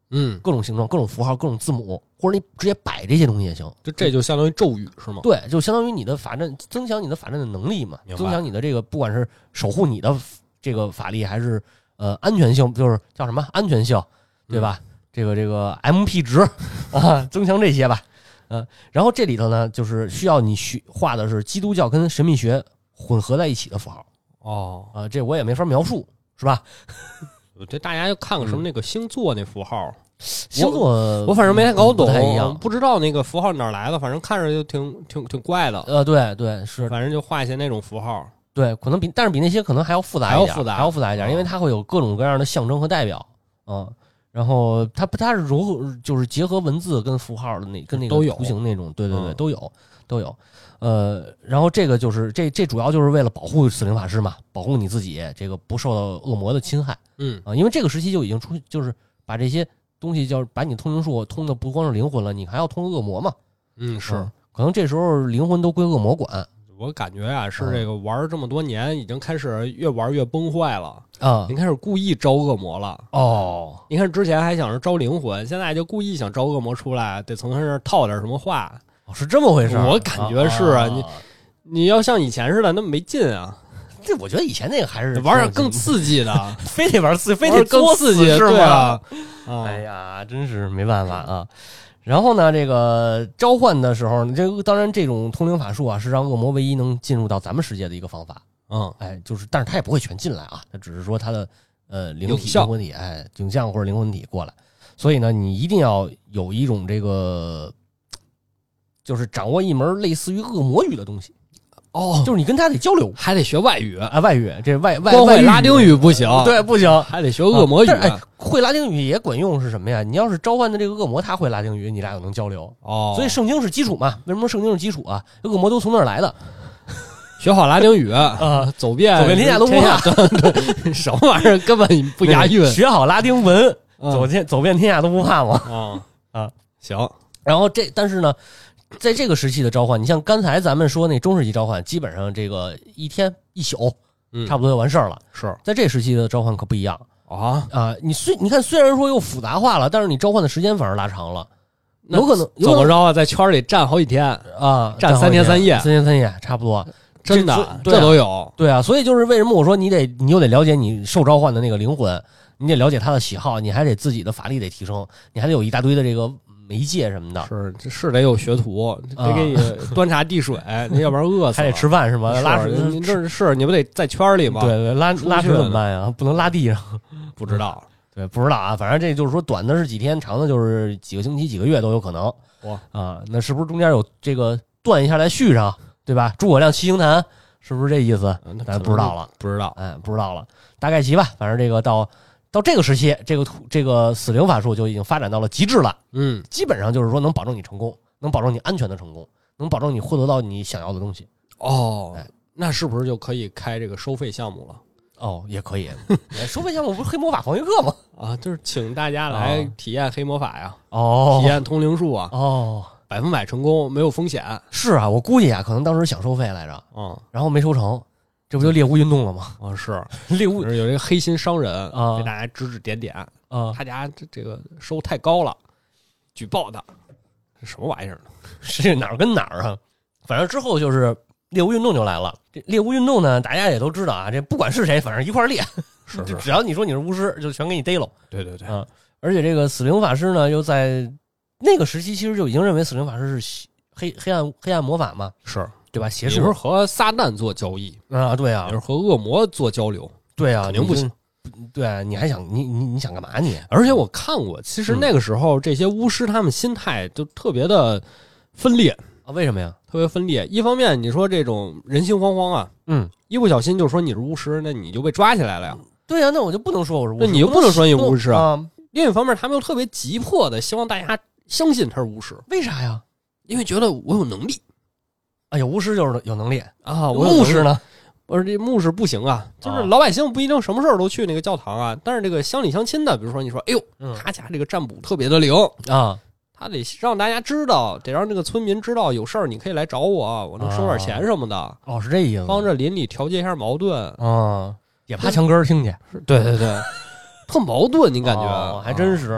各种形状、各种符号、各种字母，或者你直接摆这些东西也行。 这就相当于咒语是吗？ 对，就相当于你的法阵，增强你的法阵的能力嘛，增强你的这个不管是守护你的这个法力，还是安全性，就是叫什么安全性，对吧？这个 MP 值啊，增强这些吧。然后这里头呢，就是需要你画的是基督教跟神秘学混合在一起的符号。这我也没法描述，是吧？ 这大家就看看什么那个星座那符号， 星座我反正没太搞懂， 不太一样， 不知道那个符号哪来的，反正看着就挺怪的。 对是， 反正就画一些那种符号。 对，可能但是比那些可能还要复杂一点，还要复杂一点，因为它会有各种各样的象征和代表。然后它是就是结合文字跟符号的跟那个图形那种，对都有。然后这个就是这主要就是为了保护死灵法师嘛，保护你自己这个不受到恶魔的侵害。因为这个时期就已经就是把这些东西叫把你通灵术通的不光是灵魂了，你还要通恶魔嘛。 是， 可能这时候灵魂都归恶魔管。 我感觉啊，是这个玩这么多年，已经开始越玩越崩坏了你开始故意招恶魔了你看之前还想着招灵魂，现在就故意想招恶魔出来，得从他这儿套点什么话。 是这么回事？ 我感觉是你要像以前似的那么没劲啊。 这我觉得以前那个还是玩点更刺激的， 非得玩刺激，非得更刺激是吗？ 哎呀，真是没办法啊。然后呢，这个召唤的时候，当然这种通灵法术啊，是让恶魔唯一能进入到咱们世界的一个方法。但是他也不会全进来啊，他只是说他的灵魂体，影像或者灵魂体过来。所以呢，你一定要有一种这个，就是掌握一门类似于恶魔语的东西。就是你跟他得交流， 还得学外语外语，这外会拉丁语不行， 对，不行， 还得学恶魔语。 会拉丁语也管用是什么呀？你要是召唤的这个恶魔，他会拉丁语，你俩就能交流。所以圣经是基础嘛？为什么圣经是基础啊？恶魔都从那儿来的。 学好拉丁语走遍天下都不怕， 对，什么玩意儿根本不押韵。 学好拉丁文，走遍天下都不怕嘛。 行。 然后但是呢，在这个时期的召唤，你像刚才咱们说那中世纪召唤，基本上这个一天一宿，差不多就完事儿了。 是在这时期的召唤可不一样你看，虽然说又复杂化了，但是你召唤的时间反而拉长了。有可能怎么着啊？在圈里站好几天站3天3夜 ，3天3夜差不多。 真的，这都有。 对啊，所以就是为什么我说你又得了解你受召唤的那个灵魂，你得了解他的喜好，你还得自己的法力得提升，你还得有一大堆的这个媒介什么的。 是得有学徒，得给你端茶递水，要不然饿死了。 还得吃饭是吗？拉屎， 你不得在圈里吗？ 对，拉屎怎么办呀？不能拉地上。 不知道， 对，不知道啊。反正这就是说，短的是几天，长的就是几个星期、几个月都有可能。那是不是中间有这个断一下再续上？对吧？诸葛亮七星坛是不是这意思？咱不知道了， 不知道了，大概齐吧。反正这个到这个时期，这个死灵法术就已经发展到了极致了。基本上就是说能保证你成功，能保证你安全的成功，能保证你获得到你想要的东西。 那是不是就可以开这个收费项目了？ 也可以。收费项目不是黑魔法防御课吗？ 就是请大家来体验黑魔法呀，体验通灵术啊。100%成功，没有风险。 是啊，我估计可能当时想收费来着，然后没收成，这不就猎巫运动了吗？ 是猎巫有这个黑心商人给大家指指点点他家这个收太高了，举报他，这什么玩意儿？ 是哪儿跟哪儿啊？反正之后就是猎巫运动就来了。这猎巫运动呢，大家也都知道啊，这不管是谁，反正一块猎， 是只要你说你是巫师，就全给你逮喽。 对， 而且这个死灵法师呢，又在那个时期其实就已经认为死灵法师是黑暗魔法嘛， 是对吧？邪术， 你是和撒旦做交易对啊， 你是和恶魔做交流， 对啊， 肯定不行。 对啊，你还想你想干嘛你？ 而且我看过，其实那个时候这些巫师他们心态就特别的分裂为什么呀？ 特别分裂。一方面你说这种人心惶惶啊，一不小心就说你是巫师，那你就被抓起来了呀。 对啊，那我就不能说我是巫师， 那你就不能说你巫师啊。另一方面，他们又特别急迫的希望大家相信他是巫师， 为啥呀？ 因为觉得我有能力。 哎呀，巫师就是有能力牧师呢？ 我说这牧师不行啊，就是老百姓不一定什么事儿都去那个教堂啊，但是这个乡里乡亲的，比如说你说，哎呦，他家这个占卜特别的灵他得让大家知道，得让这个村民知道有事儿你可以来找我，我能收点钱什么的。 是这意思， 帮着邻里调节一下矛盾也怕墙根听去。 对，特矛盾，你感觉还真是。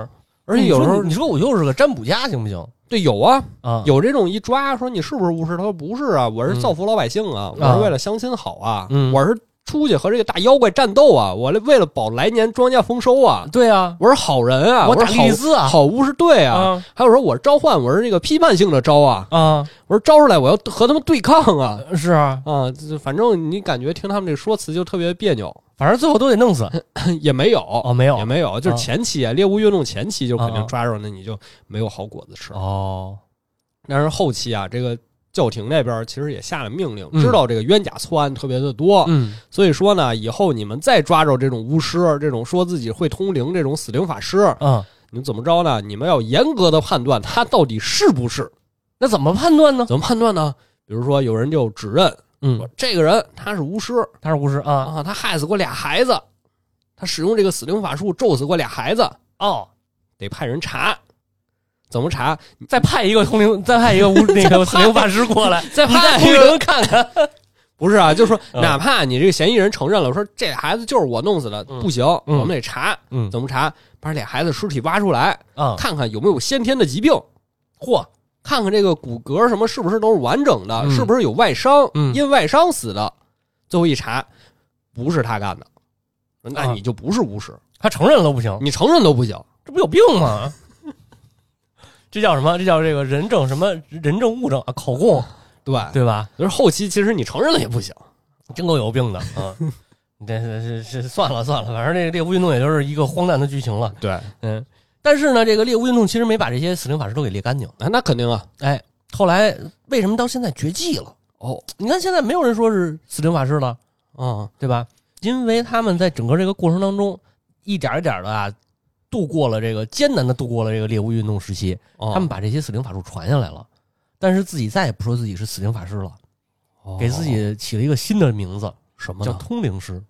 而且有时候你说我就是个占卜家行不行？ 对，有啊，有这种一抓说你是不是巫师？他说不是啊，我是造福老百姓啊，我是为了乡亲好啊，我是出去和这个大妖怪战斗啊，我为了保来年庄稼丰收啊。 对啊， 我是好人啊， 我打莉莉丝啊， 好巫师对啊。还有说我是召唤，我是这个批判性的招啊，我是招出来我要和他们对抗啊。 是啊， 反正你感觉听他们这说辞就特别别扭。 反正最后都得弄死， 也没有没有， 也没有，就是前期猎巫运动前期就肯定抓着，那你就没有好果子吃但是后期啊，这个教廷那边其实也下了命令，知道这个冤假错案特别的多，所以说呢，以后你们再抓着这种巫师，这种说自己会通灵这种死灵法师，你们怎么着呢？你们要严格的判断他到底是不是。 那怎么判断呢？ 怎么判断呢？比如说有人就指认，这个人他是巫师，他害死过俩孩子，他使用这个死灵法术咒死过俩孩子，得派人查。怎么查？ 再派一个通灵，再派一个那个死灵法师过来， 再派一个人看看。 不是啊，就是说，哪怕你这个嫌疑人承认了，说这孩子就是我弄死的，不行，我们得查。怎么查？把俩孩子尸体挖出来，看看有没有先天的疾病，看看这个骨骼什么是不是都是完整的，是不是有外伤，因外伤死的。最后一查，不是他干的，那你就不是巫师。 他承认了都不行， 你承认都不行， 这不有病吗？这叫什么？这叫这个人证什么人证物证啊？口供，对吧？ 就是后期其实你承认了也不行， 真够有病的啊！这算了，反正这个猎巫运动也就是一个荒诞的剧情了。 对， 但是呢，这个猎巫运动其实没把这些死灵法师都给猎干净。 那肯定啊！ 后来为什么到现在绝迹了？你看现在没有人说是死灵法师了，对吧？因为他们在整个这个过程当中，一点一点的啊。艰难的度过了这个猎巫运动时期，他们把这些死灵法术传下来了，但是自己再也不说自己是死灵法师了，给自己起了一个新的名字， 什么叫通灵师。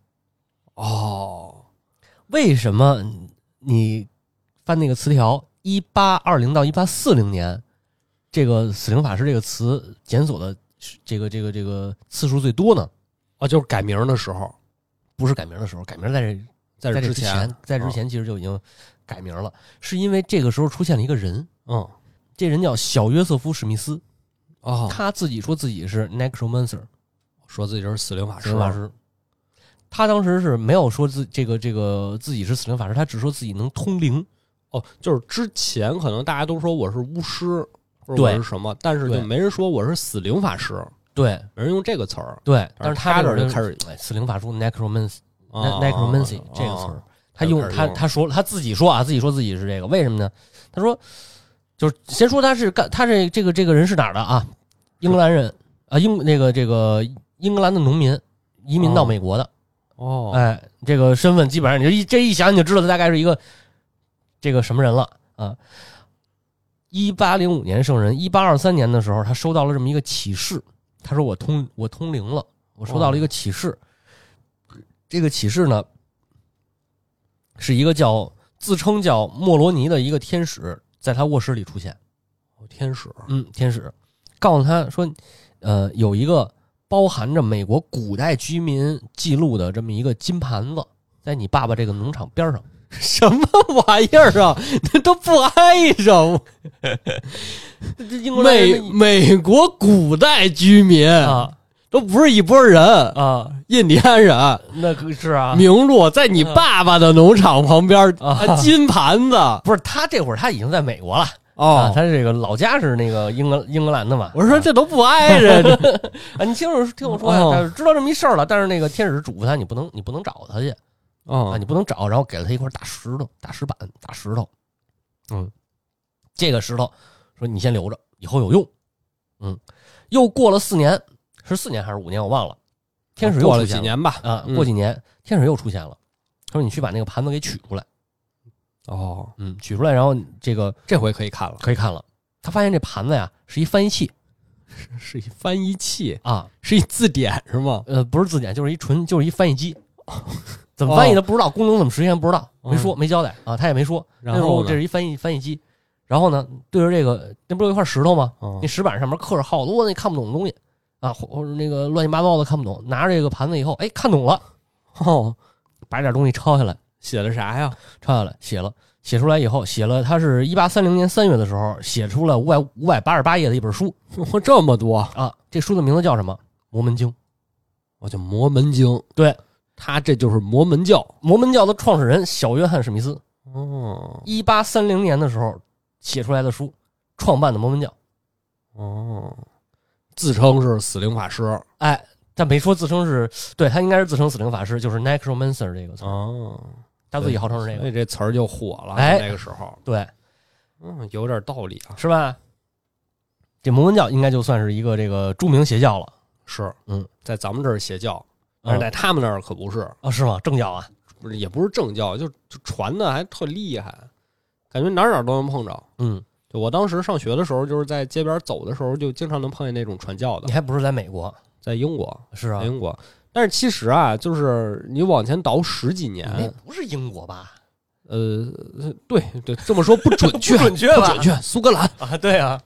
为什么你翻那个词条1820到1840年，这个死灵法师这个词检索的这个次数最多呢？ 就是改名的时候， 不是改名的时候，改名在这之前其实就已经改名了，是因为这个时候出现了一个人，这人叫小约瑟夫史密斯，他自己说自己是 necromancer， 说自己是死灵法师。 他当时是没有说自己是死灵法师，他只说自己能通灵。 就是之前可能大家都说我是巫师或者我是什么，但是就没人说我是死灵法师， 对， 没人用这个词儿， 对，但是他这就开始死灵法术 necromancy 这个词儿。他说他自己说自己是这个，为什么呢？他说，就是先说他这个人是哪儿的啊？英格兰人啊，英格兰的农民移民到美国的。这个身份基本上你就这一想你就知道他大概是一个这个什么人了啊。1805年生人，1823年的时候他收到了这么一个启示，他说我通灵了，我收到了一个启示。这个启示呢，是一个自称叫莫罗尼的一个天使，在他卧室里出现。 天使， 天使告诉他说，有一个包含着美国古代居民记录的这么一个金盘子，在你爸爸这个农场边上。 什么玩意儿啊？那都不挨着。美国古代居民都不是一拨人印第安人， 那是啊， 名录在你爸爸的农场旁边金盘子， 不是他这会儿他已经在美国了他这个老家是那个英格兰的嘛。 我说这都不挨着你听我说呀，知道这么一事儿了，但是那个天使嘱咐他，你不能找他去你不能找，然后给了他一块大石板，大石头，这个石头说你先留着，以后有用，又过了4年。是4年还是5年我忘了，天使又过了几年吧过几年天使又出现了，他说你去把那个盘子给取出来。取出来，然后这回可以看了，他发现这盘子呀是一翻译器， 是一翻译器是一字典是吗？ 不是字典，就是一翻译机。怎么翻译的不知道，功能怎么实现不知道，没说没交代他也没说。然后这是一翻译机，然后呢对着这个那不是有一块石头吗？那石板上面刻着好多那看不懂的东西或者那个乱七八糟的看不懂，拿着这个盘子以后看懂了把点东西抄下来。 写的啥呀？ 抄下来写写出来以后，他是1830年3月的时候写出了588页的一本书， 这么多啊！这书的名字叫什么？《摩门经》。 我叫《摩门经》。 对， 他这就是摩门教。 摩门教的创始人小约翰史密斯。 哦 ，1830年的时候写出来的书，创办的摩门教。 哦，自称是死灵法师。 哎，但没说自称是，对他应该是自称死灵法师，就是 necromancer 这个词。 哦， 他自己号称是这个， 所以这词儿就火了。 哎， 那个时候， 对， 有点道理啊， 是吧？这摩门教应该就算是一个这个著名邪教了。 是，在咱们这儿邪教，但是在他们那儿可不是啊，是吗？正教啊？ 不是，也不是正教，就传的还特厉害，感觉哪儿都能碰着。就我当时上学的时候，就是在街边走的时候，就经常能碰见那种传教的。 你还不是在美国， 在英国？ 是啊， 在英国。但是其实啊，就是你往前倒10几年， 那不是英国吧？ 对，这么说不准确， 不准确， 苏格兰啊，对啊，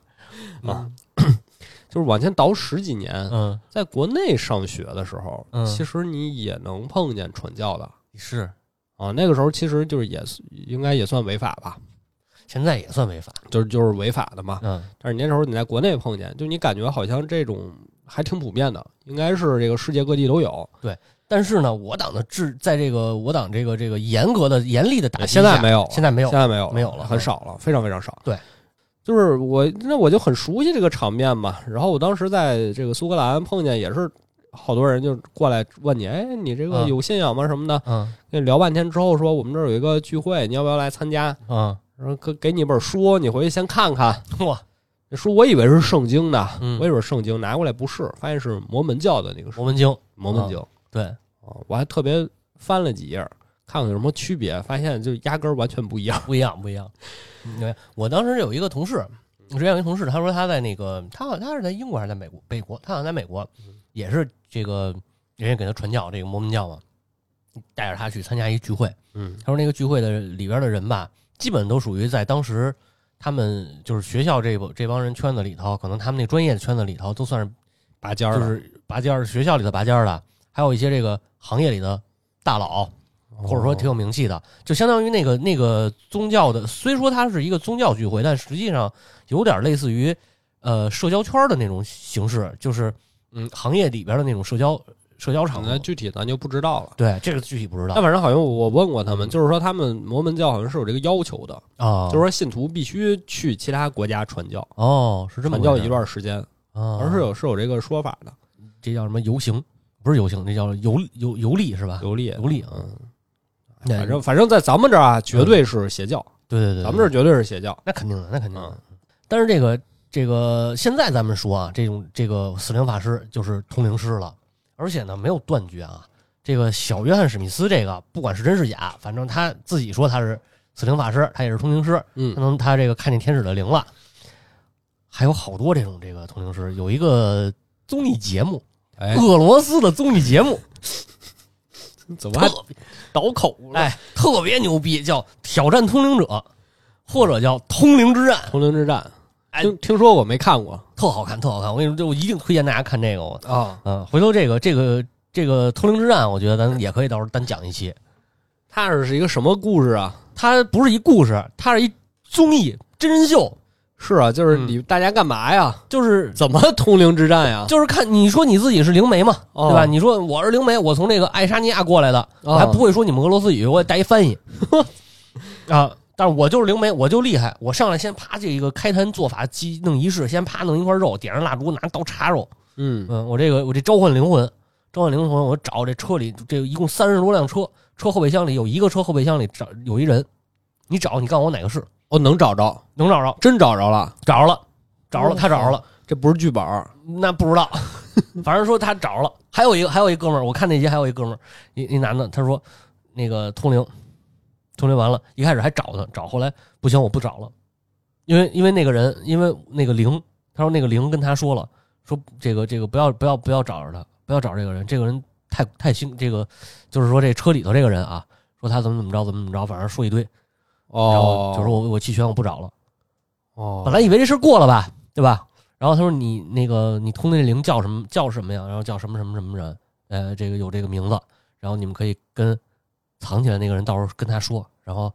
就是往前倒10几年，在国内上学的时候，其实你也能碰见传教的， 是啊，那个时候其实就是应该也算违法吧， 现在也算违法， 就是违法的嘛，但是那时候你在国内碰见，就你感觉好像这种还挺普遍的，应该是这个世界各地都有， 对。但是呢，我党的在这个我党这个严厉的打击下， 现在没有， 现在没有了，很少了，非常非常少。 对， 就是我就很熟悉这个场面嘛。然后我当时在这个苏格兰碰见，也是好多人就过来问你，哎，你这个有信仰吗？什么的？跟你聊半天之后说，我们这儿有一个聚会，你要不要来参加？然后给你一本书，你回去先看看。 哇， 这书我以为是圣经的，我以为是圣经，拿过来不是，发现是摩门教的那个书。摩门经。 对， 我还特别翻了几页，看看有什么区别，发现就压根儿完全不一样。 对，我当时有一个同事，之前有一个同事，他说他在那个，他是在英国还是在美国？他好像在美国，也是这个人家给他传教，这个摩门教嘛，带着他去参加一聚会。他说那个聚会的里边的人吧，基本都属于在当时他们就是学校这帮人圈子里头，可能他们那专业的圈子里头都算是拔尖儿， 就是拔尖儿，学校里的拔尖儿的。还有一些这个行业里的大佬，或者说挺有名气的，就相当于那个宗教的，虽说它是一个宗教聚会，但实际上有点类似于社交圈的那种形式，就是行业里边的那种社交场合。 具体咱就不知道了。 对，这个具体不知道。 但反正好像我问过他们，就是说他们摩门教好像是有这个要求的啊， 就是说信徒必须去其他国家传教。 是这么传教一段时间而是有这个说法的。 这叫什么游行？不是游行，这叫游历是吧？ 游历，反正在咱们这儿啊，绝对是邪教。 对， 咱们这儿绝对是邪教， 那肯定的。但是这个现在咱们说啊，这个死灵法师就是通灵师了，而且呢没有断绝啊。这个小约翰史密斯这个不管是真是假，反正他自己说他是死灵法师，他也是通灵师。他这个看见天使的灵了，还有好多这个通灵师。有一个综艺节目。俄罗斯的综艺节目怎么还倒口了？ 特别牛逼，叫挑战通灵者，或者叫通灵之战。 通灵之战，听说过没看过？ 特好看。我跟你说，我一定推荐大家看这个回头这个通灵之战，我觉得咱也可以到时候单讲一期。 它是一个什么故事啊？ 它不是一故事，它是一综艺真人秀。 是啊，就是大家干嘛呀？ 就是怎么通灵之战呀？ 就是看你说你自己是灵媒嘛，对吧？你说我是灵媒，我从这个爱沙尼亚过来的，我还不会说你们俄罗斯语，我也带一翻译啊。但是我就是灵媒，我就厉害，我上来先啪这个开坛做法弄仪式，先啪弄一块肉，点上蜡烛，拿刀插肉。我这召唤灵魂，我找这车里这一共30多辆车后备箱里有一个车后备箱里有一人，你告诉我哪个是？ 能找着，真找着了， 他找着了， 这不是剧本， 那不知道，反正说他找着了。还有一个哥们儿，我看那集还有一哥们儿，一男的，他说那个通灵完了，一开始还找，后来不行，我不找了，因为那个人，因为那个灵，他说那个灵跟他说了，说这个不要找着他，不要找这个人，这个人太新，这个就是说这车里头这个人啊，说他怎么着，反正说一堆。然后就说我弃权，我不找了。本来以为这事过了吧，对吧？然后他说你通那灵叫什么呀？然后叫什么人？这个有这个名字，然后你们可以跟藏起来那个人到时候跟他说，然后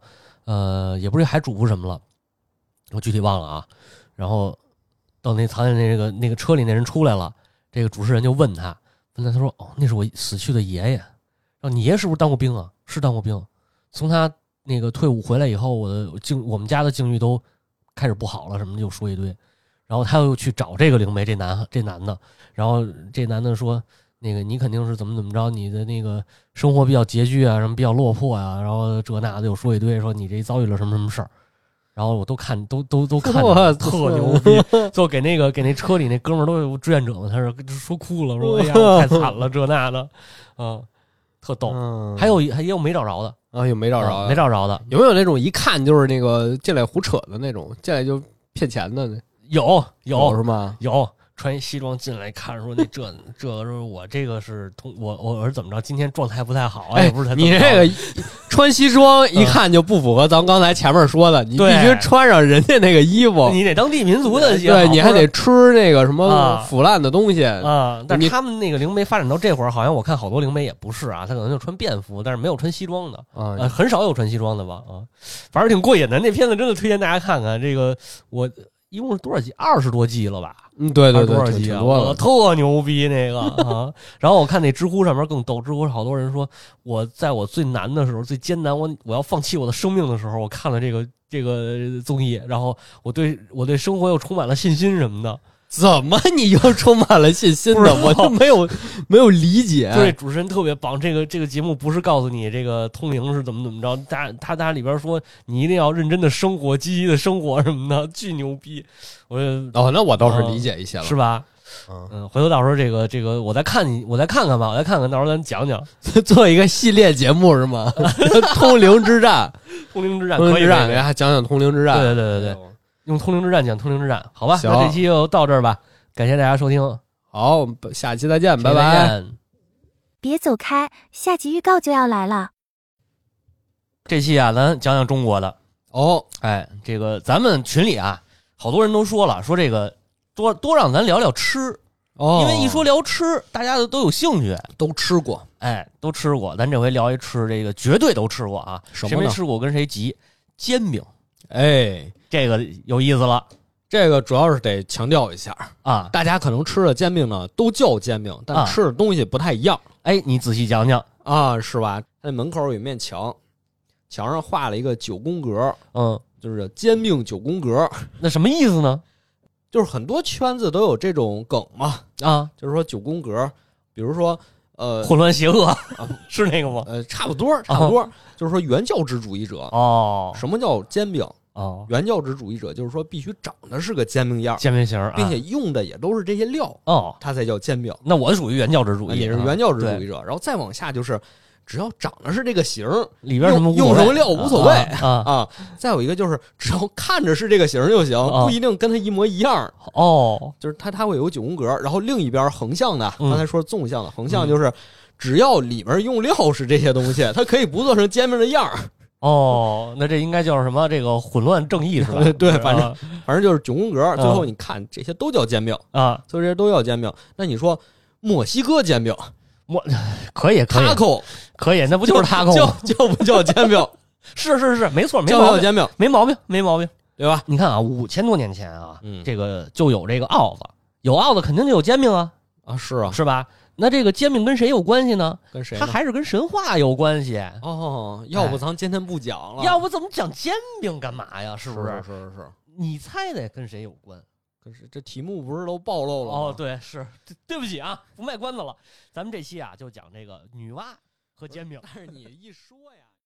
也不是还嘱咐什么了，我具体忘了啊。然后到那藏在那个车里那人出来了，这个主持人就问他说哦，那是我死去的爷爷。然后你爷是不是当过兵啊？是当过兵。从他那个退伍回来以后，我们家的境遇都开始不好了，什么的就说一堆。然后他又去找这个灵媒这男的，然后这男的说那个你肯定是怎么着，你的那个生活比较拮据啊，什么比较落魄啊，然后这那的又说一堆，说你这遭遇了什么事儿。然后我都看都看特牛逼，就给那车里那哥们儿都有志愿者嘛，他说哭了，说哎呀太惨了这那的，特逗。还有没找着的啊，有没找着没找着的， 有没有那种一看就是那个进来胡扯的那种，进来就骗钱的呢？ 有是吗？ 有。穿西装进来看说那这说我这个是我是怎么着？今天状态不太好啊，也不是太。 你这个穿西装一看就不符合咱们刚才前面说的，你必须穿上人家那个衣服， 你得当地民族的， 对，你还得吃那个什么腐烂的东西啊。但他们那个灵媒发展到这会儿，好像我看好多灵媒也不是啊，他可能就穿便服，但是没有穿西装的啊，很少有穿西装的吧啊，反正挺过瘾的。那片子真的推荐大家看看，这个我。一共是多少集？20多集了吧？ 对， 多少集啊？特牛逼那个啊！然后我看那知乎上面更逗，知乎好多人说，我在我最难的时候、最艰难，我要放弃我的生命的时候，我看了这个综艺，然后我对生活又充满了信心什么的。 怎么你又充满了信心呢？我就没有理解。 对，主持人特别棒。这个节目不是告诉你这个通灵是怎么着，他里边说你一定要认真的生活，积极的生活什么的，巨牛逼。 那我倒是理解一些了， 是吧？回头到时候这个我再看看吧，到时候咱讲讲， 做一个系列节目是吗？通灵之战， 通灵之战， 可以给大家讲讲通灵之战。 对。用通灵之战讲通灵之战，好吧？那这期就到这儿吧，感谢大家收听， 好，下期再见，拜拜。 别走开，下集预告就要来了。 这期啊，咱讲讲中国的哦。 哎，这个咱们群里啊，好多人都说了，说这个多让咱聊聊吃因为一说聊吃，大家都有兴趣， 都吃过， 哎，都吃过。咱这回聊一吃，这个绝对都吃过啊，谁没吃过跟谁急。煎饼， 哎。 这个有意思了， 这个主要是得强调一下啊， 大家可能吃的煎饼呢都叫煎饼，但吃的东西不太一样。 哎，你仔细讲讲啊，是吧？它门口有一面墙，墙上画了一个9宫格，就是煎饼9宫格。 那什么意思呢？ 就是很多圈子都有这种梗嘛，啊，就是说9宫格，比如说混乱邪恶是那个吗？ 差不多，就是说原教旨主义者什么叫煎饼？原教旨主义者就是说必须长得是个煎饼样， 煎饼型， 并且用的也都是这些料它才叫煎饼。 那我属于原教旨主义， 你是原教旨主义者。然后再往下就是只要长得是这个形， 里边什么用什么料无所谓啊。 再有一个就是只要看着是这个形就行，不一定跟它一模一样就是它会有9宫格，然后另一边横向的，刚才说纵向的，横向就是只要里边用料是这些东西，它可以不做成煎饼的样。 那这应该叫什么？这个混乱正义是吧？ 对，反正就是9宫格。最后你看这些都叫煎饼啊， 所以这些都叫煎饼。那你说墨西哥煎饼， 可以 ，taco 可以，那不就是 taco 叫不叫煎饼？ 是，没错，没毛病，叫煎饼， 没毛病， 对吧？ 你看啊，5000多年前啊，这个就有这个鏊子，有鏊子肯定就有煎饼啊，是吧？那这个煎饼跟谁有关系呢？ 跟谁？ 它还是跟神话有关系要不咱今天不讲了， 要不怎么讲煎饼干嘛呀？是不是？ 是， 你猜得跟谁有关？ 可是这题目不是都暴露了吗？ 对，是对不起啊，不卖关子了。咱们这期啊就讲这个女娲和煎饼。 但是你一说呀。